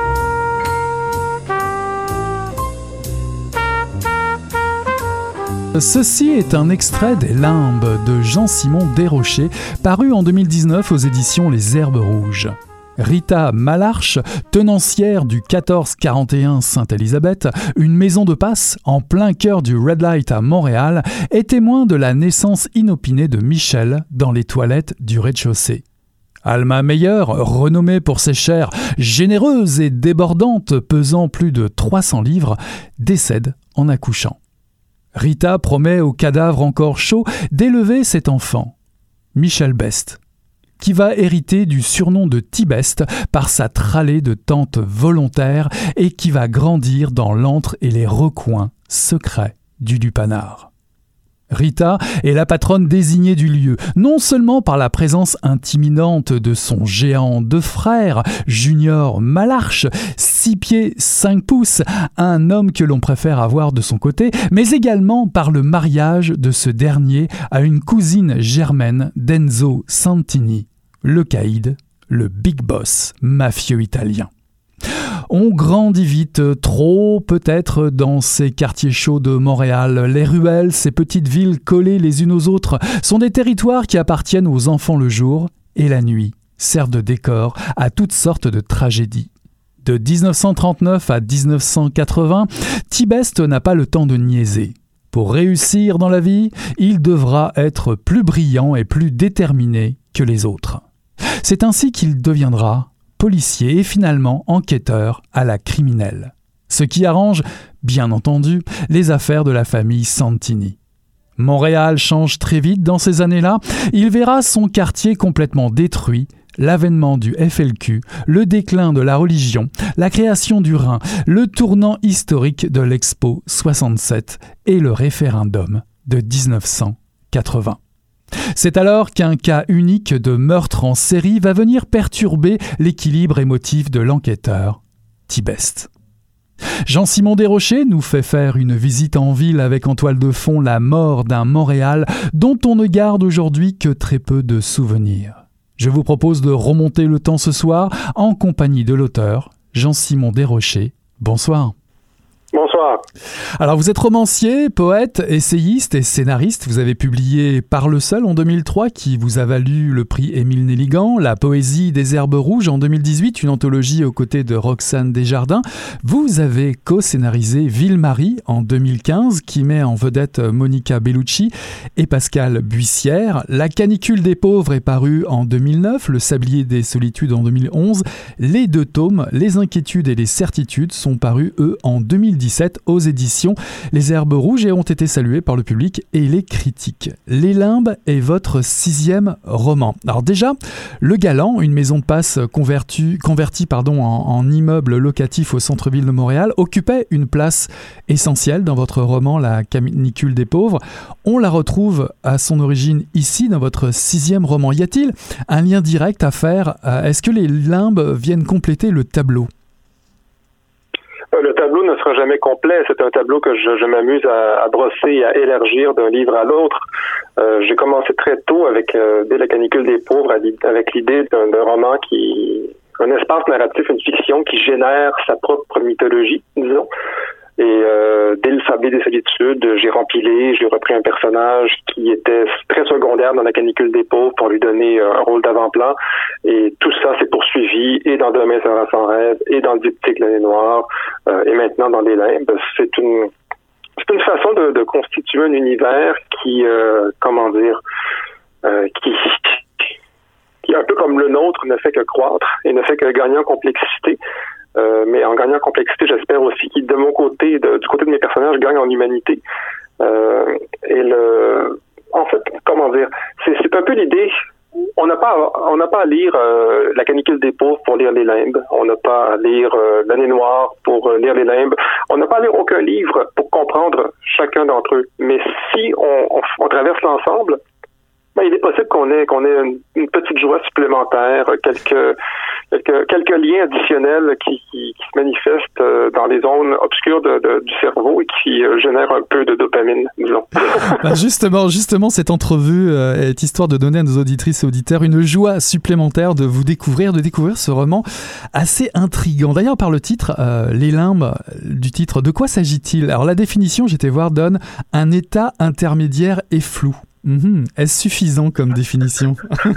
Ceci est un extrait des Limbes de Jean-Simon Desrochers, paru en deux mille dix-neuf aux éditions Les Herbes Rouges. Rita Malarche, tenancière du quatorze quarante et un Sainte-Élisabeth, une maison de passe en plein cœur du Red Light à Montréal, est témoin de la naissance inopinée de Michel dans les toilettes du rez-de-chaussée. Alma Meyer, renommée pour ses chairs généreuses et débordantes pesant plus de trois cents livres, décède en accouchant. Rita promet au cadavre encore chaud d'élever cet enfant, Michel Best, qui va hériter du surnom de Tibest par sa trallée de tante volontaire et qui va grandir dans l'antre et les recoins secrets du lupanar. Rita est la patronne désignée du lieu, non seulement par la présence intimidante de son géant de frère, Junior Malarche, six pieds cinq pouces, un homme que l'on préfère avoir de son côté, mais également par le mariage de ce dernier à une cousine germaine d'Enzo Santini, le caïd, le big boss mafieux italien. On grandit vite, trop peut-être, dans ces quartiers chauds de Montréal. Les ruelles, ces petites villes collées les unes aux autres, sont des territoires qui appartiennent aux enfants le jour et la nuit servent de décor à toutes sortes de tragédies. De dix-neuf cent trente-neuf à dix-neuf cent quatre-vingts, Tibest n'a pas le temps de niaiser. Pour réussir dans la vie, il devra être plus brillant et plus déterminé que les autres. C'est ainsi qu'il deviendra policier et finalement enquêteur à la criminelle. Ce qui arrange, bien entendu, les affaires de la famille Santini. Montréal change très vite dans ces années-là. Il verra son quartier complètement détruit, l'avènement du F L Q, le déclin de la religion, la création du Rhin, le tournant historique de l'Expo soixante-sept et le référendum de dix-neuf cent quatre-vingts. C'est alors qu'un cas unique de meurtre en série va venir perturber l'équilibre émotif de l'enquêteur, Tibest. Jean-Simon Desrochers nous fait faire une visite en ville avec en toile de fond la mort d'un Montréal dont on ne garde aujourd'hui que très peu de souvenirs. Je vous propose de remonter le temps ce soir en compagnie de l'auteur, Jean-Simon Desrochers. Bonsoir. Bonsoir. Alors vous êtes romancier, poète, essayiste et scénariste. Vous avez publié Parle seul en deux mille trois qui vous a valu le prix Émile Nelligan, La poésie des herbes rouges en deux mille dix-huit, une anthologie aux côtés de Roxane Desjardins. Vous avez co-scénarisé Ville-Marie en deux mille quinze qui met en vedette Monica Bellucci et Pascal Buissière. La canicule des pauvres est paru en deux mille neuf, Le sablier des solitudes en deux mille onze. Les deux tomes, Les inquiétudes et les certitudes, sont parus eux en deux mille dix-sept aux éditions Les Herbes Rouges et ont été salués par le public et les critiques. Les Limbes est votre sixième roman. Alors déjà, Le Galant, une maison de passe convertie, convertie pardon, en, en immeuble locatif au centre-ville de Montréal, occupait une place essentielle dans votre roman La canicule des pauvres. On la retrouve à son origine ici dans votre sixième roman. Y a-t-il un lien direct à faire? Est-ce que les Limbes viennent compléter le tableau? Le tableau ne sera jamais complet. C'est un tableau que je, je m'amuse à, à brosser et à élargir d'un livre à l'autre. Euh, j'ai commencé très tôt avec euh, dès La canicule des pauvres avec l'idée d'un, d'un roman qui, un espace narratif, une fiction qui génère sa propre mythologie, disons. Et euh, dès le Sablé des solitudes, j'ai rempilé, j'ai repris un personnage qui était très secondaire dans La canicule des pauvres pour lui donner un rôle d'avant-plan. Et tout ça s'est poursuivi et dans Demain sera sans rêve, et dans le diptyque L'année noire, euh, et maintenant dans Les limbes. C'est une c'est une façon de, de constituer un univers qui, euh, comment dire, euh, qui qui un peu comme le nôtre ne fait que croître et ne fait que gagner en complexité. Euh, mais en gagnant en complexité, j'espère aussi qu'il, de mon côté, de, du côté de mes personnages, gagne en humanité. Euh, et le, en fait, comment dire, c'est, c'est un peu l'idée. On n'a pas, on n'a pas à lire euh, La canicule des pauvres pour lire Les limbes. On n'a pas à lire euh, L'année noire pour euh, lire Les limbes. On n'a pas à lire aucun livre pour comprendre chacun d'entre eux. Mais si on, on, on traverse l'ensemble, ben, il est possible qu'on ait qu'on ait une, une petite joie supplémentaire, quelques quelques quelques liens additionnels qui, qui, qui se manifestent euh, dans les zones obscures de, de, du cerveau et qui euh, génèrent un peu de dopamine, disons. Ben justement, justement, cette entrevue euh, est histoire de donner à nos auditrices et auditeurs une joie supplémentaire de vous découvrir, de découvrir ce roman assez intriguant. D'ailleurs, par le titre, euh, Les limbes du titre, de quoi s'agit-il? Alors la définition, j'étais voir, donne un état intermédiaire et flou. Mmh. Est-ce suffisant comme définition?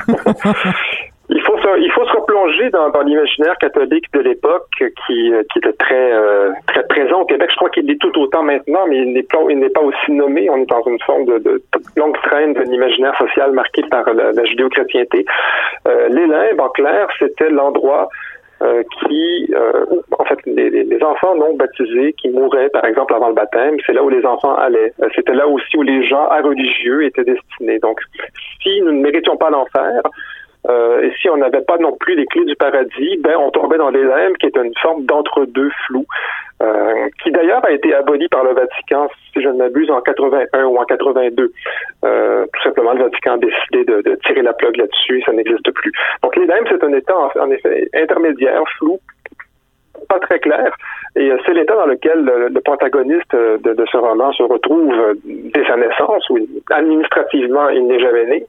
Il faut se, il faut se replonger dans, dans l'imaginaire catholique de l'époque qui, qui était très, euh, très présent au Québec. Je crois qu'il l'est tout autant maintenant, mais il n'est pas, il n'est pas aussi nommé. On est dans une forme de, de longue traîne de l'imaginaire social marqué par la, la judéo-chrétienté. Euh, les limbes, en clair, c'était l'endroit Euh, qui, euh, en fait, les, les enfants non baptisés qui mouraient, par exemple, avant le baptême, c'est là où les enfants allaient. C'était là aussi où les gens religieux étaient destinés. Donc, si nous ne méritions pas l'enfer, euh, et si on n'avait pas non plus les clés du paradis, ben, on tombait dans les limbes, qui est une forme d'entre-deux flou, euh, qui d'ailleurs a été aboli par le Vatican, si je ne m'abuse, en quatre-vingt-un ou en quatre-vingt-deux. Euh, tout simplement, le Vatican a décidé de, de tirer la plug là-dessus, ça n'existe plus. Donc, les limbes, c'est un état, en, en effet, intermédiaire, flou, pas très clair, et c'est l'état dans lequel le, le protagoniste de, de ce roman se retrouve dès sa naissance, où administrativement, il n'est jamais né.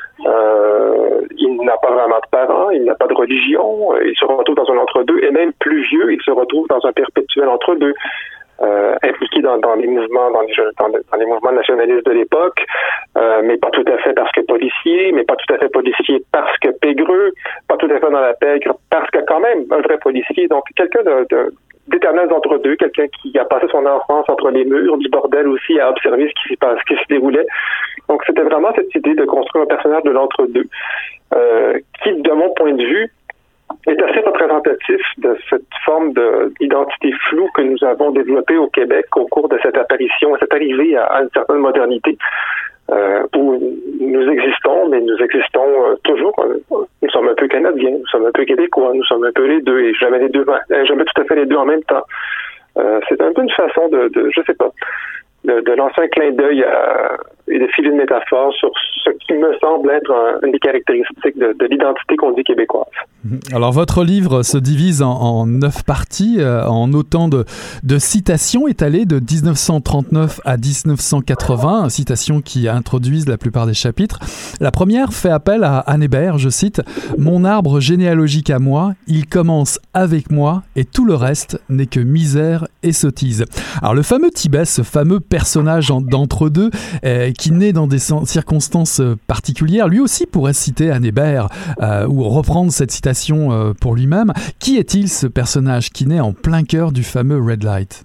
Euh, il n'a pas vraiment de parents, il n'a pas de religion, il se retrouve dans un entre-deux, et même plus vieux, il se retrouve dans un perpétuel entre-deux, euh, impliqué dans, dans les mouvements, dans les, dans, dans les mouvements nationalistes de l'époque, euh, mais pas tout à fait parce que policier, mais pas tout à fait policier parce que pégreux, pas tout à fait dans la pègre parce que quand même un vrai policier, donc quelqu'un de, de d'éternels entre-deux, quelqu'un qui a passé son enfance entre les murs du bordel aussi à observer ce qui s'y passe, ce qui se déroulait. Donc c'était vraiment cette idée de construire un personnage de l'entre-deux, euh, qui, de mon point de vue, est assez représentatif de cette forme de, d'identité floue que nous avons développée au Québec au cours de cette apparition, cette arrivée à, à une certaine modernité, euh, où nous existons, mais nous existons euh, toujours. Euh, nous sommes un peu Canadiens, nous sommes un peu Québécois, nous sommes un peu les deux, et jamais les deux, jamais tout à fait les deux en même temps. Euh, c'est un peu une façon de, de je sais pas, de, de lancer un clin d'œil à, et de filer une métaphore sur ce qui me semble être un, une des caractéristiques de, de l'identité qu'on dit québécoise. Alors votre livre se divise en, en neuf parties, euh, en autant de, de citations étalées de dix-neuf cent trente-neuf à dix-neuf cent quatre-vingts, citations qui introduisent la plupart des chapitres. La première fait appel à Anne Hébert, je cite « Mon arbre généalogique à moi, il commence avec moi et tout le reste n'est que misère et sottise. » Alors le fameux Tibès, ce fameux personnage en, d'entre-deux, euh, qui naît dans des circonstances particulières, lui aussi pourrait citer Anne Hébert euh, ou reprendre cette citation euh, pour lui-même. Qui est-il, ce personnage qui naît en plein cœur du fameux Red Light?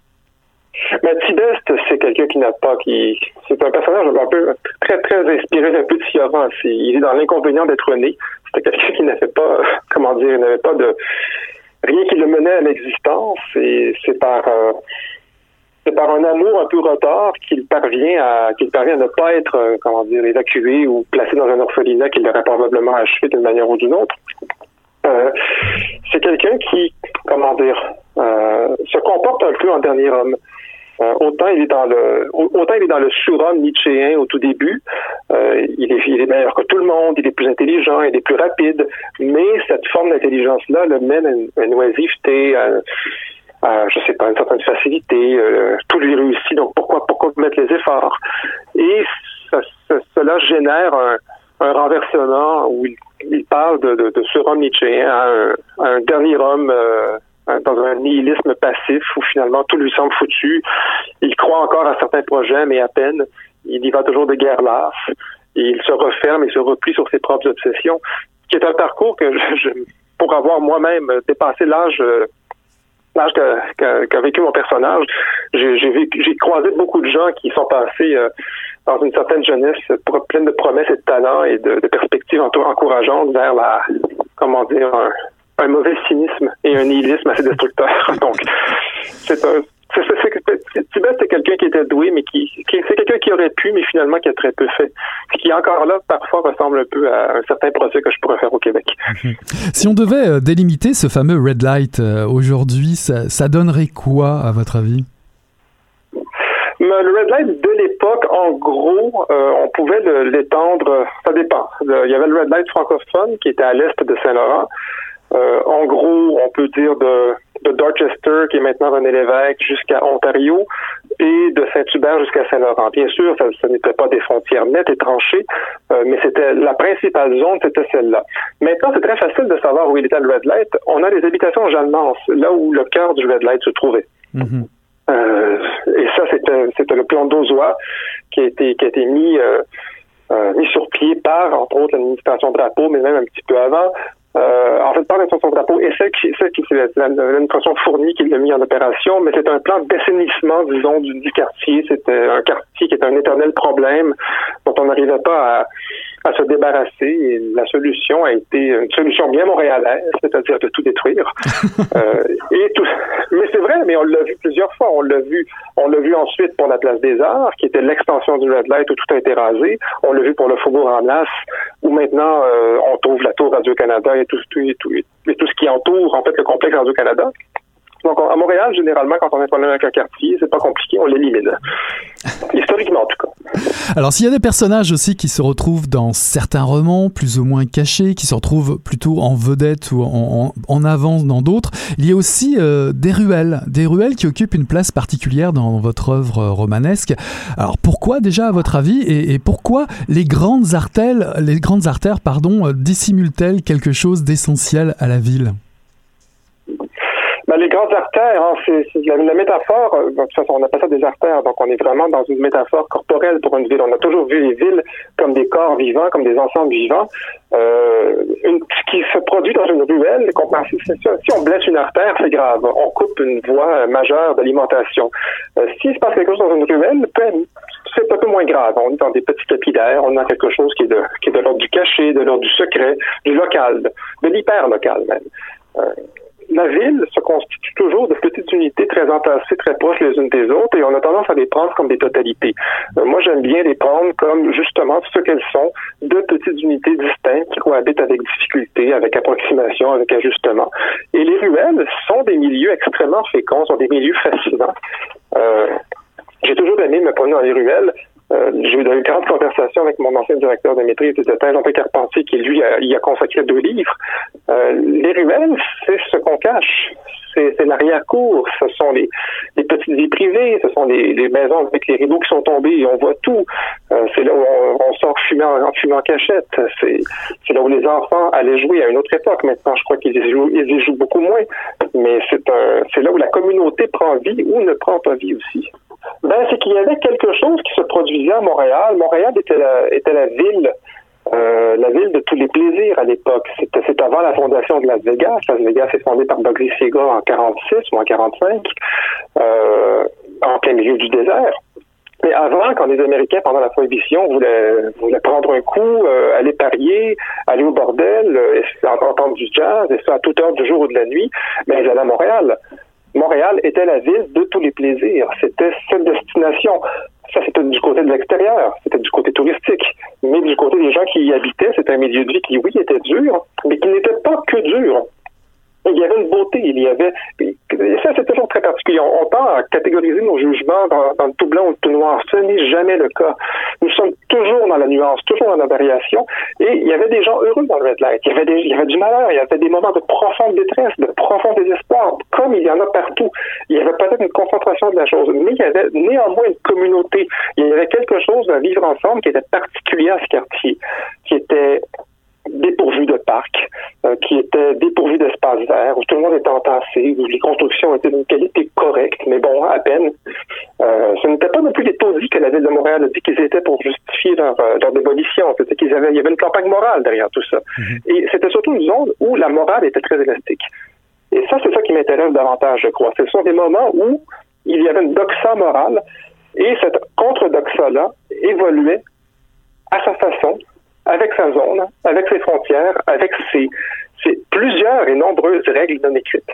Ben, Tibeste, c'est quelqu'un qui n'a pas, qui, c'est un personnage un peu très très inspiré un peu de Sioran. C'est, il est dans l'inconvénient d'être né. C'était quelqu'un qui n'avait pas, comment dire, il n'avait pas de rien qui le menait à l'existence. Et c'est par euh, c'est par un amour un peu retard qu'il parvient à qu'il parvient à ne pas être, euh, comment dire, évacué ou placé dans un orphelinat qu'il aurait probablement achevé d'une manière ou d'une autre. Euh, c'est quelqu'un qui, comment dire, euh, se comporte un peu en dernier homme. Euh, autant il est dans le, autant il est dans le surhomme nietzschéen au tout début. Euh, il est, il est meilleur que tout le monde, il est plus intelligent, il est plus rapide. Mais cette forme d'intelligence-là le mène à une, à une oisiveté, à, à, je sais pas, une certaine facilité. Euh, tout lui réussit, donc pourquoi, pourquoi mettre les efforts? Et ça, ça, cela génère un, un renversement où il, il parle de, de, de surhomme nietzschéen à un, à un dernier homme. Euh, hein, dans un nihilisme passif où finalement tout lui semble foutu. Il croit encore à certains projets, mais à peine. Il y va toujours de guerre lasse. Et il se referme et se replie sur ses propres obsessions, qui est un parcours que je, je pour avoir moi-même dépassé l'âge euh, l'âge qu'a, qu'a, qu'a vécu mon personnage, j'ai, j'ai, vécu, j'ai croisé beaucoup de gens qui sont passés euh, dans une certaine jeunesse pleine de promesses et de talents et de, de perspectives encourageantes vers la, comment dire, un, un mauvais cynisme et un nihilisme assez destructeur. Donc, c'est un C'est, c'est, c'est, Tibet, c'est quelqu'un qui était doué, mais qui, qui c'est quelqu'un qui aurait pu, mais finalement qui a très peu fait. Ce qui, encore là, parfois ressemble un peu à un certain procès que je pourrais faire au Québec. Si on devait délimiter ce fameux red light euh, aujourd'hui, ça, ça donnerait quoi, à votre avis? Le red light de l'époque, en gros, euh, on pouvait le, l'étendre, ça dépend. Il y avait le red light francophone qui était à l'est de Saint-Laurent. Euh, en gros, on peut dire de, de Dorchester, qui est maintenant René Lévesque, jusqu'à Ontario, et de Saint-Hubert jusqu'à Saint-Laurent. Bien sûr, ça, ça n'était pas des frontières nettes et tranchées, euh, mais c'était la principale zone, c'était celle-là. Maintenant, c'est très facile de savoir où il était le red light. On a les habitations Jeanne-Mance, là où le cœur du red light se trouvait. Mm-hmm. Euh, et ça, c'était, c'était le plan d'Ozois qui a été, qui a été mis, euh, euh, mis sur pied par, entre autres, l'administration Drapeau, mais même un petit peu avant. Euh, en fait, par l'administration Drapeau, et celle qui, celle qui c'est l'administration Fournier qui l'a mis en opération, mais c'est un plan d'assainissement, disons, du, du quartier. C'était un quartier qui était un éternel problème dont on n'arrivait pas à, à se débarrasser. Et la solution a été une solution bien montréalaise, c'est-à-dire de tout détruire. euh, et tout, mais c'est vrai, mais on l'a vu plusieurs fois. On l'a vu, on l'a vu ensuite pour la Place des Arts, qui était l'extension du Red Light où tout a été rasé. On l'a vu pour le Faubourg en Place, où maintenant euh, on trouve la tour Radio-Canada et tout, tout, et tout, et tout ce qui entoure en fait le complexe Radio-Canada. Donc, à Montréal, généralement, quand on a un problème avec un quartier, c'est pas compliqué, on l'élimine. Historiquement, en tout cas. Alors, s'il y a des personnages aussi qui se retrouvent dans certains romans, plus ou moins cachés, qui se retrouvent plutôt en vedette ou en, en, en avance dans d'autres, il y a aussi euh, des ruelles, des ruelles qui occupent une place particulière dans votre œuvre romanesque. Alors, pourquoi, déjà, à votre avis, et, et pourquoi les grandes artères, les grandes artères, pardon, dissimulent-elles quelque chose d'essentiel à la ville? Ben, les grandes artères, hein, c'est, c'est la, la métaphore, de toute façon, on appelle ça des artères, donc on est vraiment dans une métaphore corporelle pour une ville. On a toujours vu les villes comme des corps vivants, comme des ensembles vivants. Euh, une, ce qui se produit dans une ruelle, si, si on blesse une artère, c'est grave. On coupe une voie majeure d'alimentation. Euh, S'il se passe quelque chose dans une ruelle, c'est un peu moins grave. On est dans des petits capillaires, on a quelque chose qui est de, qui est de l'ordre du cachet, de l'ordre du secret, du local, de l'hyper-local même. Euh, La ville se constitue toujours de petites unités très entassées, très proches les unes des autres, et on a tendance à les prendre comme des totalités. Euh, moi, j'aime bien les prendre comme justement ce qu'elles sont, de petites unités distinctes qui cohabitent avec difficulté, avec approximation, avec ajustement. Et les ruelles sont des milieux extrêmement féconds, sont des milieux fascinants. Euh, j'ai toujours aimé me promener dans les ruelles. Euh, j'ai eu de grandes conversations avec mon ancien directeur de maîtrise de thèse, Jean-Pierre Carpentier, qui lui a, y a consacré deux livres. Euh, les ruelles, c'est ce qu'on cache. C'est, c'est l'arrière-cour. Ce sont les, les petites vies privées. Ce sont les, les maisons avec les rideaux qui sont tombés et on voit tout. Euh, c'est là où on, on sort fumer en, en fumant en cachette. C'est, c'est là où les enfants allaient jouer à une autre époque. Maintenant, je crois qu'ils y jouent, ils y jouent beaucoup moins. Mais c'est un, c'est là où la communauté prend vie ou ne prend pas vie aussi. Ben, c'est qu'il y avait quelque chose qui se produisait à Montréal. Montréal était la, était la ville, euh, la ville de tous les plaisirs à l'époque. C'était, c'est avant la fondation de Las Vegas. Las Vegas est fondée par Bugsy Siegel en quarante-six ou en quarante-cinq, euh, en plein milieu du désert. Mais avant, quand les Américains, pendant la Prohibition, voulaient, voulaient prendre un coup, euh, aller parier, aller au bordel, euh, et entendre du jazz, et ça à toute heure du jour ou de la nuit, mais ils allaient à Montréal. Montréal était la ville de tous les plaisirs. C'était cette destination. Ça, c'était du côté de l'extérieur. C'était du côté touristique. Mais du côté des gens qui y habitaient, c'était un milieu de vie qui, oui, était dur, mais qui n'était pas que dur. Il y avait une beauté, il y avait... Et ça, c'est toujours très particulier. On, on tend à catégoriser nos jugements dans, dans le tout blanc ou le tout noir. Ce n'est jamais le cas. Nous sommes toujours dans la nuance, toujours dans la variation. Et il y avait des gens heureux dans le Red Light. Il y avait, des, il y avait du malheur, il y avait des moments de profonde détresse, de profond désespoir, comme il y en a partout. Il y avait peut-être une concentration de la chose, mais il y avait néanmoins une communauté. Il y avait quelque chose à vivre ensemble qui était particulier à ce quartier, qui était dépourvu de parc, euh, qui était dépourvu d'espace vert, où tout le monde était entassé, où les constructions étaient d'une qualité correcte, mais bon, à peine. Euh, ce n'était pas non plus les taudis que la Ville de Montréal a dit qu'ils étaient pour justifier leur, leur démolition. C'était qu'ils avaient, il y avait une campagne morale derrière tout ça. Mm-hmm. Et c'était surtout une zone où la morale était très élastique. Et ça, c'est ça qui m'intéresse davantage, je crois. Ce sont des moments où il y avait une doxa morale, et cette contre-doxa-là évoluait à sa façon, avec sa zone, avec ses frontières, avec ses, ses plusieurs et nombreuses règles non écrites.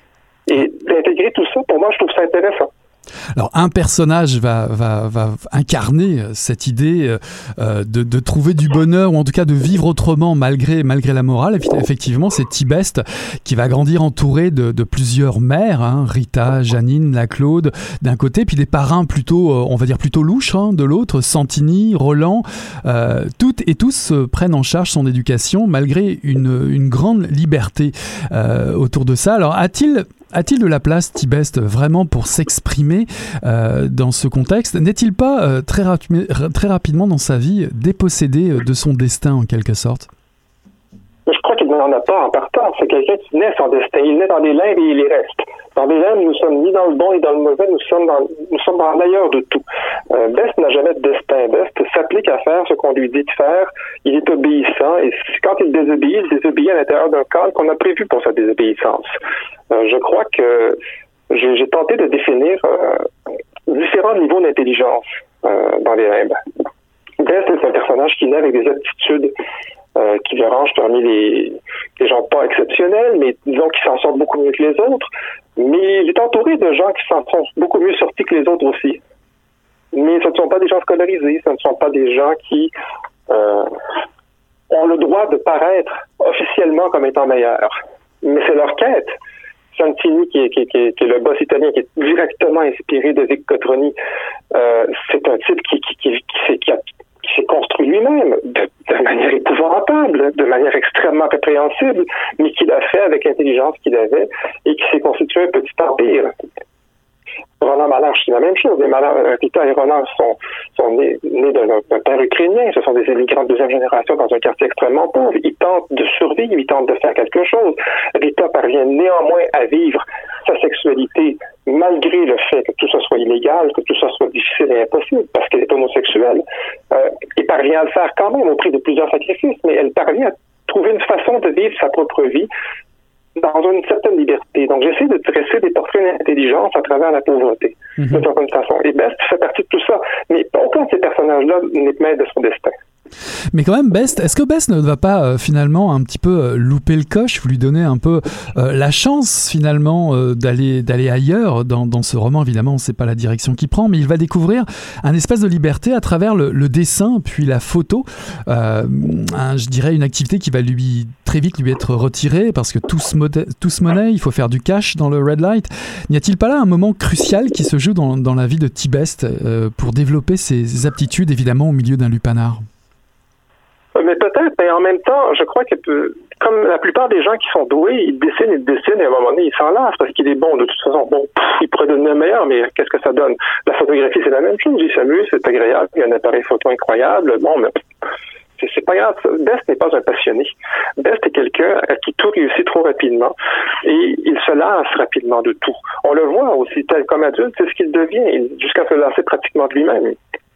Et d'intégrer tout ça, pour moi, je trouve ça intéressant. Alors, un personnage va, va, va incarner cette idée euh, de, de trouver du bonheur, ou en tout cas de vivre autrement malgré, malgré la morale. Et effectivement, c'est Tibeste qui va grandir entouré de, de plusieurs mères, hein, Rita, Janine, la Claude, d'un côté, puis des parrains plutôt, on va dire plutôt louches, hein, de l'autre, Santini, Roland. Euh, toutes et tous euh, prennent en charge son éducation malgré une, une grande liberté euh, autour de ça. Alors, a-t-il A-t-il de la place, Tibeste, vraiment pour s'exprimer euh, dans ce contexte? N'est-il pas euh, très, rapi- très rapidement dans sa vie dépossédé de son destin, en quelque sorte? Je crois qu'il n'en a pas en partant. C'est quelqu'un qui naît son destin. Il naît dans des limbes et il y reste. Dans des limbes, nous sommes ni dans le bon ni dans le mauvais, nous sommes dans, nous sommes dans l'ailleurs de tout. Euh, Best n'a jamais de destin. Best s'applique à faire ce qu'on lui dit de faire. Il est obéissant et quand il désobéit, il désobéit à l'intérieur d'un cadre qu'on a prévu pour sa désobéissance. Euh, je crois que j'ai, j'ai tenté de définir euh, différents niveaux d'intelligence euh, dans les limbes. Best est un personnage qui naît avec des aptitudes Euh, qui le range parmi les, les gens pas exceptionnels, mais disons qui s'en sortent beaucoup mieux que les autres. Mais il est entouré de gens qui s'en sont beaucoup mieux sortis que les autres aussi. Mais ce ne sont pas des gens scolarisés, ce ne sont pas des gens qui euh, ont le droit de paraître officiellement comme étant meilleurs. Mais c'est leur quête. Santini, qui est, qui, est, qui, est, qui est le boss italien, qui est directement inspiré de Vic Cotroni, euh, c'est un type qui, qui, qui, qui, qui, qui a qui s'est construit lui-même de, de manière épouvantable, de manière extrêmement répréhensible, mais qui l'a fait avec l'intelligence qu'il avait et qui s'est constitué un petit empire. Roland Malach, c'est la même chose. Les Malach, Rita et Roland sont, sont nés, nés d'un, d'un père ukrainien. Ce sont des immigrants de deuxième génération dans un quartier extrêmement pauvre. Ils tentent de survivre, ils tentent de faire quelque chose. Rita parvient néanmoins à vivre sa sexualité malgré le fait que tout ça soit illégal, que tout ça soit difficile et impossible, parce qu'elle est homosexuelle. Euh, elle parvient à le faire quand même au prix de plusieurs sacrifices, mais elle parvient à trouver une façon de vivre sa propre vie dans une certaine liberté. Donc, j'essaie de dresser des portraits d'intelligence à travers la pauvreté, mm-hmm. d'une certaine façon. Et Best fait partie de tout ça. Mais aucun de ces personnages-là n'est maître de son destin. Mais quand même, Best, est-ce que Best ne va pas euh, finalement un petit peu euh, louper le coche? Vous lui donnez un peu euh, la chance finalement euh, d'aller, d'aller ailleurs dans, dans ce roman. Évidemment, c'est pas la direction qu'il prend, mais il va découvrir un espace de liberté à travers le, le dessin puis la photo. Euh, un, je dirais une activité qui va lui très vite lui être retirée parce que tous monnaie, tous monnaie, il faut faire du cash dans le red light. N'y a-t-il pas là un moment crucial qui se joue dans, dans la vie de Tibeste euh, pour développer ses aptitudes évidemment au milieu d'un lupanar? Mais peut-être, mais en même temps, je crois que comme la plupart des gens qui sont doués, ils dessinent, ils dessinent, et à un moment donné, ils s'en lassent parce qu'il est bon. De toute façon, bon, pff, il pourrait devenir meilleur, mais qu'est-ce que ça donne? La photographie, c'est la même chose. Il s'amuse, c'est agréable, il y a un appareil photo incroyable. Bon, mais c'est, c'est pas grave. Best n'est pas un passionné. Best est quelqu'un à qui tout réussit trop rapidement et il se lasse rapidement de tout. On le voit aussi, tel comme adulte, c'est ce qu'il devient, jusqu'à se lasser pratiquement de lui-même.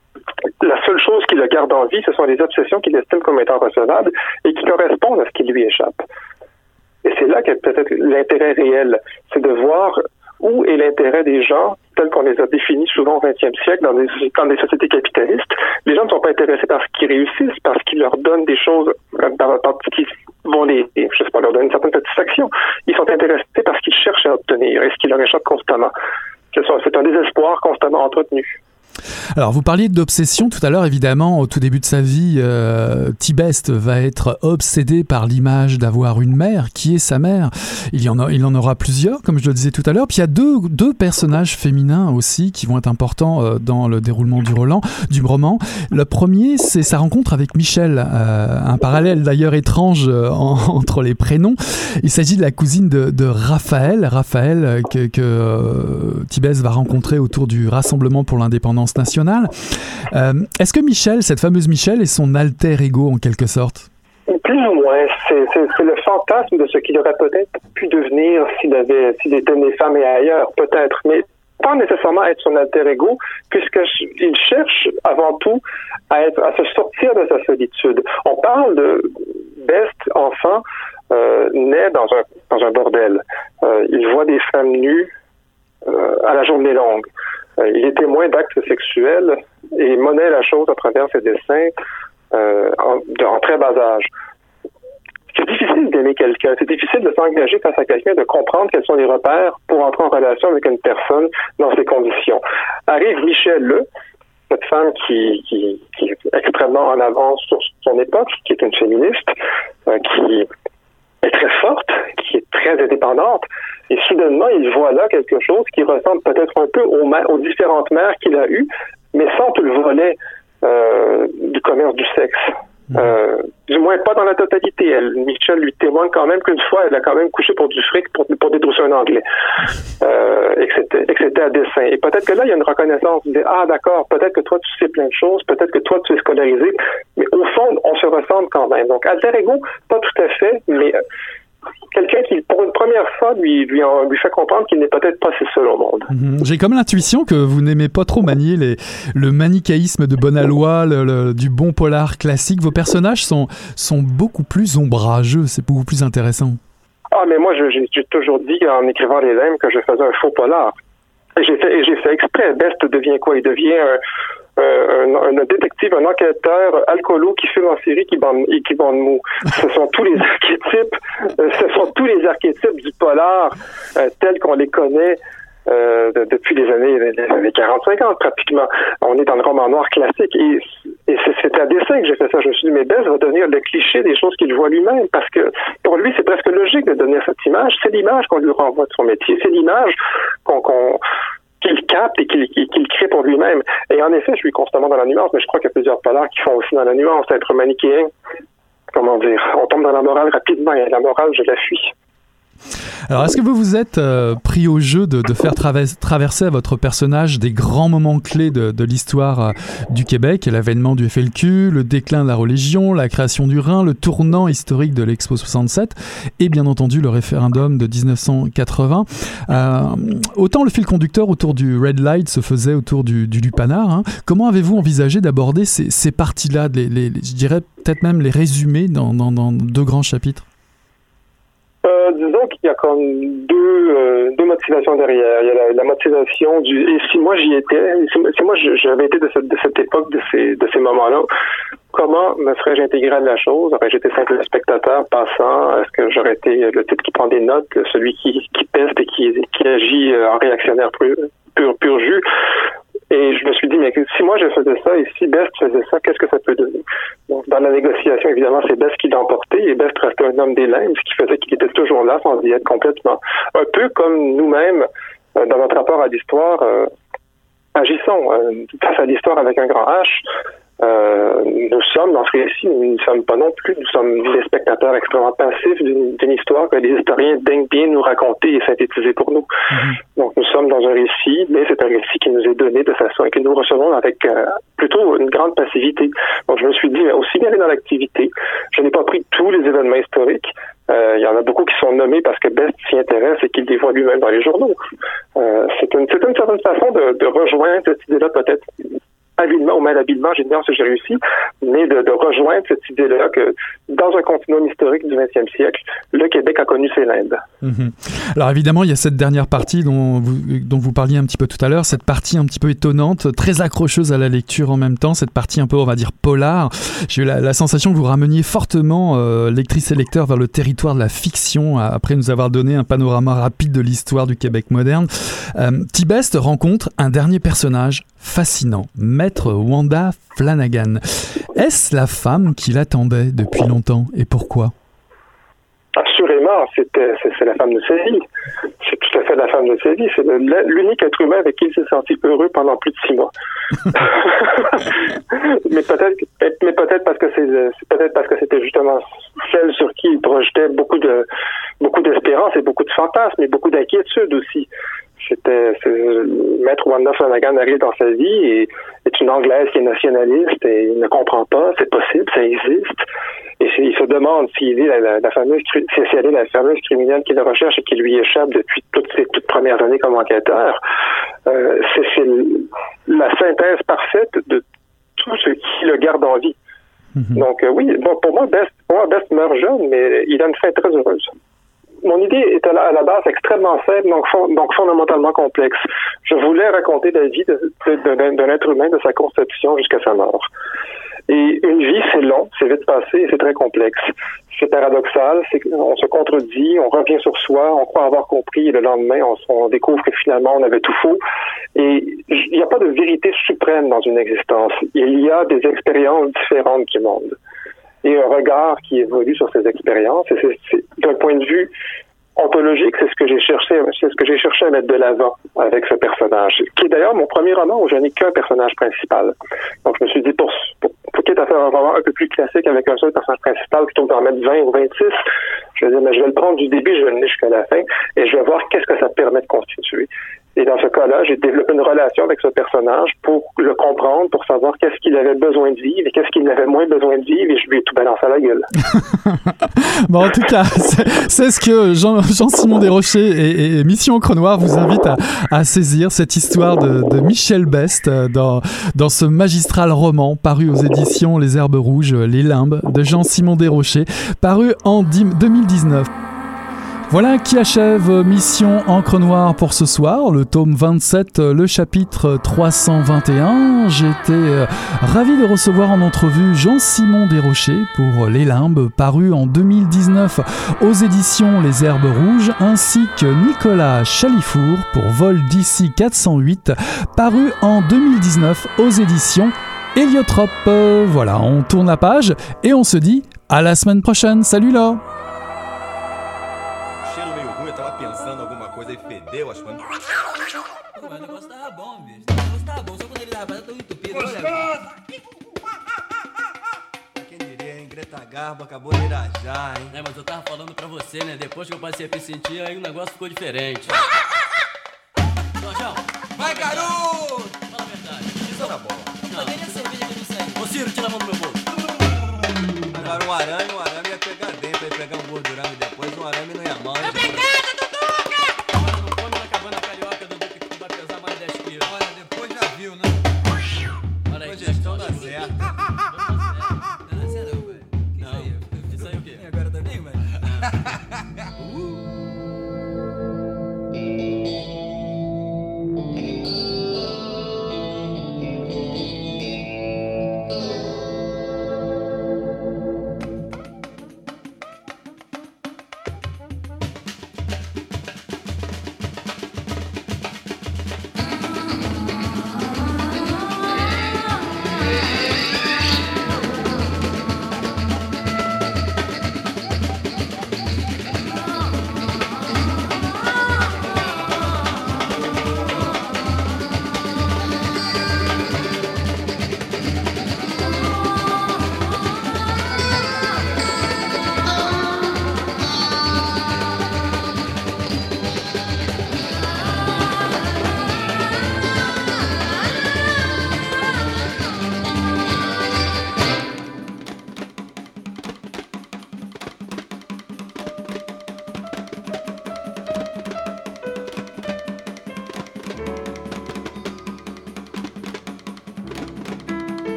La seule chose qui le garde en vie, ce sont les obsessions qu'il estime comme étant recevables et qui correspondent à ce qui lui échappe. Et c'est là qu'est peut-être l'intérêt réel, c'est de voir où est l'intérêt des gens tels qu'on les a définis souvent au vingtième siècle dans des, dans des sociétés capitalistes. Les gens ne sont pas intéressés par ce qu'ils réussissent, parce qu'ils leur donnent des choses par, par, qui vont les, je sais pas, leur donner une certaine satisfaction. Ils sont intéressés par ce qu'ils cherchent à obtenir et ce qui leur échappe constamment. C'est, c'est un désespoir constamment entretenu. Alors, vous parliez d'obsession tout à l'heure, évidemment, au tout début de sa vie, euh, Tibeste va être obsédé par l'image d'avoir une mère. Qui est sa mère? Il y en a, il en aura plusieurs, comme je le disais tout à l'heure. Puis il y a deux, deux personnages féminins aussi qui vont être importants euh, dans le déroulement du, Roland, du roman. Le premier, c'est sa rencontre avec Michel, euh, un parallèle d'ailleurs étrange euh, en, entre les prénoms. Il s'agit de la cousine de, de Raphaël, Raphaël euh, que, que euh, Tibeste va rencontrer autour du Rassemblement pour l'indépendance nationale. Euh, est-ce que Michel, cette fameuse Michel, est son alter ego en quelque sorte? Peut-être, Plus ou moins. C'est, c'est, c'est le fantasme de ce qu'il aurait peut-être pu devenir s'il avait, s'il était né femme et ailleurs, peut-être. Mais pas nécessairement être son alter ego, puisqu'il cherche avant tout à, être, à se sortir de sa solitude. On parle de Best, enfant, euh, naît dans un, dans un bordel. Euh, il voit des femmes nues euh, à la journée longue. Euh, il est témoin d'actes sexuels et monnaie la chose à travers ses dessins euh, en, de, en très bas âge. C'est difficile d'aimer quelqu'un, c'est difficile de s'engager face à quelqu'un, de comprendre quels sont les repères pour entrer en relation avec une personne dans ces conditions. Arrive Michel Le, cette femme qui, qui, qui est extrêmement en avance sur son époque, qui est une féministe, euh, qui est très forte, qui est très indépendante, et soudainement, il voit là quelque chose qui ressemble peut-être un peu aux, ma- aux différentes mères qu'il a eues, mais sans tout le volet euh, du commerce du sexe. Euh, du moins pas dans la totalité. Elle, Michel lui témoigne quand même qu'une fois, elle a quand même couché pour du fric pour, pour détrousser un anglais. Euh, et, que c'était, et que c'était à dessein. Et peut-être que là, il y a une reconnaissance. De, ah, d'accord, peut-être que toi, tu sais plein de choses, peut-être que toi, tu es scolarisé, mais au fond, on se ressemble quand même. Donc, alter ego, pas tout à fait, mais euh, quelqu'un qui, pour une première fois, lui, lui, en, lui fait comprendre qu'il n'est peut-être pas si seul au monde. Mmh. J'ai comme l'intuition que vous n'aimez pas trop manier les, le manichéisme de Bonalois, le, le, du bon polar classique. Vos personnages sont, sont beaucoup plus ombrageux, c'est beaucoup plus intéressant. Ah, mais moi, je, j'ai, j'ai toujours dit en écrivant les Lemmes que je faisais un faux polar. Et j'ai fait, et j'ai fait exprès. Best devient quoi? Il devient un... Un, un, un détective, un enquêteur alcoolo qui fume en série, qui bande, et qui bande mou. Ce sont tous les archétypes, euh, ce sont tous les archétypes du polar euh, tels qu'on les connaît euh, de, depuis les années, les années quarante cinquante pratiquement. On est dans le roman noir classique et, et c'est, c'était à dessein que j'ai fait ça. Je me suis dit, mais Best va devenir le cliché des choses qu'il voit lui-même parce que pour lui, c'est presque logique de donner cette image. C'est l'image qu'on lui renvoie de son métier. C'est l'image qu'on... qu'on qu'il capte et qu'il, qu'il crée pour lui-même. Et en effet, je suis constamment dans la nuance, mais je crois qu'il y a plusieurs polars qui font aussi dans la nuance. Être manichéen, comment dire, on tombe dans la morale rapidement et la morale, je la fuis. Alors, est-ce que vous vous êtes euh, pris au jeu de, de faire traves- traverser à votre personnage des grands moments clés de, de l'histoire euh, du Québec, l'avènement du F L Q, le déclin de la religion, la création du Rhin, le tournant historique de l'Expo soixante-sept et bien entendu le référendum de dix-neuf cent quatre-vingts. Euh, autant le fil conducteur autour du Red Light se faisait autour du, du Lupanar. Hein. Comment avez-vous envisagé d'aborder ces, ces parties-là, les, les, je dirais peut-être même les résumer dans, dans, dans deux grands chapitres? Euh, disons qu'il y a comme deux, euh, deux motivations derrière. Il y a la, la motivation du... Et si moi j'y étais, si, si moi j'avais été de cette, de cette époque, de ces, de ces moments-là, comment me serais-je intégré à la chose? Aurais-je été simple spectateur passant? Est-ce que j'aurais été le type qui prend des notes, celui qui, qui peste et qui, qui agit en réactionnaire pur, pur, pur jus? Et je me suis dit, mais si moi je faisais ça et si Best faisait ça, qu'est-ce que ça peut donner? Donc, dans la négociation, évidemment, c'est Best qui l'a emporté et Best restait un homme des limbes, ce qui faisait qu'il était toujours là sans y être complètement. Un peu comme nous-mêmes, euh, dans notre rapport à l'histoire, euh, agissons euh, face à l'histoire avec un grand H. Euh, nous sommes dans ce récit, nous ne sommes pas non plus, nous sommes des spectateurs extrêmement passifs d'une, d'une histoire que les historiens daignent bien nous raconter et synthétiser pour nous. Mm-hmm. Donc nous sommes dans un récit, mais c'est un récit qui nous est donné de façon et que nous recevons avec euh, plutôt une grande passivité. Donc je me suis dit, mais aussi bien aller dans l'activité, je n'ai pas pris tous les événements historiques. Euh, il y en a beaucoup qui sont nommés parce que Best s'y intéresse et qu'il les voit lui-même dans les journaux. Euh, c'est, une, c'est une certaine façon de, de rejoindre cette idée-là peut-être habilement ou mal habilement, j'ai bien si j'ai réussi, mais de, de rejoindre cette idée-là que dans un continuum historique du vingtième siècle, le Québec a connu ses limbes. Mmh. Alors évidemment, il y a cette dernière partie dont vous, dont vous parliez un petit peu tout à l'heure, cette partie un petit peu étonnante, très accrocheuse à la lecture en même temps, cette partie un peu, on va dire, polar. J'ai eu la, la sensation que vous rameniez fortement euh, lectrices et lecteurs vers le territoire de la fiction, après nous avoir donné un panorama rapide de l'histoire du Québec moderne. Euh, T-Best rencontre un dernier personnage fascinant, Maître Wanda Flanagan. Est-ce la femme qu'il attendait depuis longtemps et pourquoi? Assurément, c'était, c'est, c'est la femme de sa vie. C'est tout à fait la femme de sa vie. C'est le, l'unique être humain avec qui il s'est senti heureux pendant plus de six mois. mais peut-être, mais peut-être parce que c'est, c'est peut-être parce que c'était justement celle sur qui il projetait beaucoup de, beaucoup d'espérance et beaucoup de fantasmes et beaucoup d'inquiétude aussi. c'était Maître Wanda Flanagan arrive dans sa vie et est une Anglaise qui est nationaliste et il ne comprend pas, c'est possible, ça existe. Et il se demande s'il est la, la, la fameuse si elle est la fameuse criminelle qu'il recherche et qui lui échappe depuis toutes ses toutes premières années comme enquêteur. Euh, c'est, c'est la synthèse parfaite de tout ce qui le garde en vie. Mm-hmm. Donc euh, oui, bon, pour moi, Best, pour moi, Best meurt jeune, mais il a une fin très heureuse. Mon idée est à la, à la base extrêmement faible, donc, fond, donc fondamentalement complexe. Je voulais raconter la vie de, de, de, d'un être humain, de sa conception jusqu'à sa mort. Et une vie, c'est long, c'est vite passé et c'est très complexe. C'est paradoxal, c'est qu'on se contredit, on revient sur soi, on croit avoir compris et le lendemain, on, on découvre que finalement, on avait tout faux. Et il n'y a pas de vérité suprême dans une existence. Il y a des expériences différentes qui montent. Et un regard qui évolue sur ces expériences. Et c'est, c'est, d'un point de vue ontologique, c'est ce que j'ai cherché, c'est ce que j'ai cherché à mettre de l'avant avec ce personnage, qui est d'ailleurs mon premier roman où je n'ai qu'un personnage principal. Donc je me suis dit, pour, pour, pour quitte à faire un roman un peu plus classique avec un seul personnage principal, plutôt que d'en mettre vingt ou vingt-six, je vais dire, mais je vais le prendre du début, je vais le mener jusqu'à la fin, et je vais voir qu'est-ce que ça permet de constituer. Et dans ce cas-là, j'ai développé une relation avec ce personnage pour le comprendre, pour savoir qu'est-ce qu'il avait besoin de vivre et qu'est-ce qu'il avait moins besoin de vivre, et je lui ai tout balancé à la gueule. Bon, en tout cas, c'est, c'est ce que Jean, Jean-Simon Desrochers et, et Mission Encre Noire vous invitent à, à saisir, cette histoire de, de Michel Best dans, dans ce magistral roman paru aux éditions Les Herbes Rouges, Les Limbes, de Jean-Simon Desrochers, paru en deux mille dix-neuf. Voilà qui achève Mission Encre Noire pour ce soir, le tome vingt-sept, le chapitre trois cent vingt et un. J'étais euh, ravi de recevoir en entrevue Jean-Simon Desrochers pour Les Limbes, paru en deux mille dix-neuf aux éditions Les Herbes Rouges, ainsi que Nicolas Chalifour pour Vol d'ici quatre cent huit, paru en deux mille dix-neuf aux éditions Héliotrope. Euh, voilà, on tourne la page et on se dit à la semaine prochaine. Salut là! Fedeu, acho que. Mas o negócio tava bom, bicho. O negócio tava bom, só quando ele tava tão entupido. Gostoso! Quem diria, hein? Greta Garbo acabou de irajar, hein? É, mas eu tava falando pra você, né? Depois que eu passei a me sentir, aí o negócio ficou diferente. Jorjão! Vai, garoto! Fala a verdade. Isso era bom. Não, nem a cerveja que eu não sei. Ô, Ciro, tira a mão do meu bolso. Agora um arame, um arame ia pegar dentro, ia pegar um gordurão e depois um arame não ia mal, hein?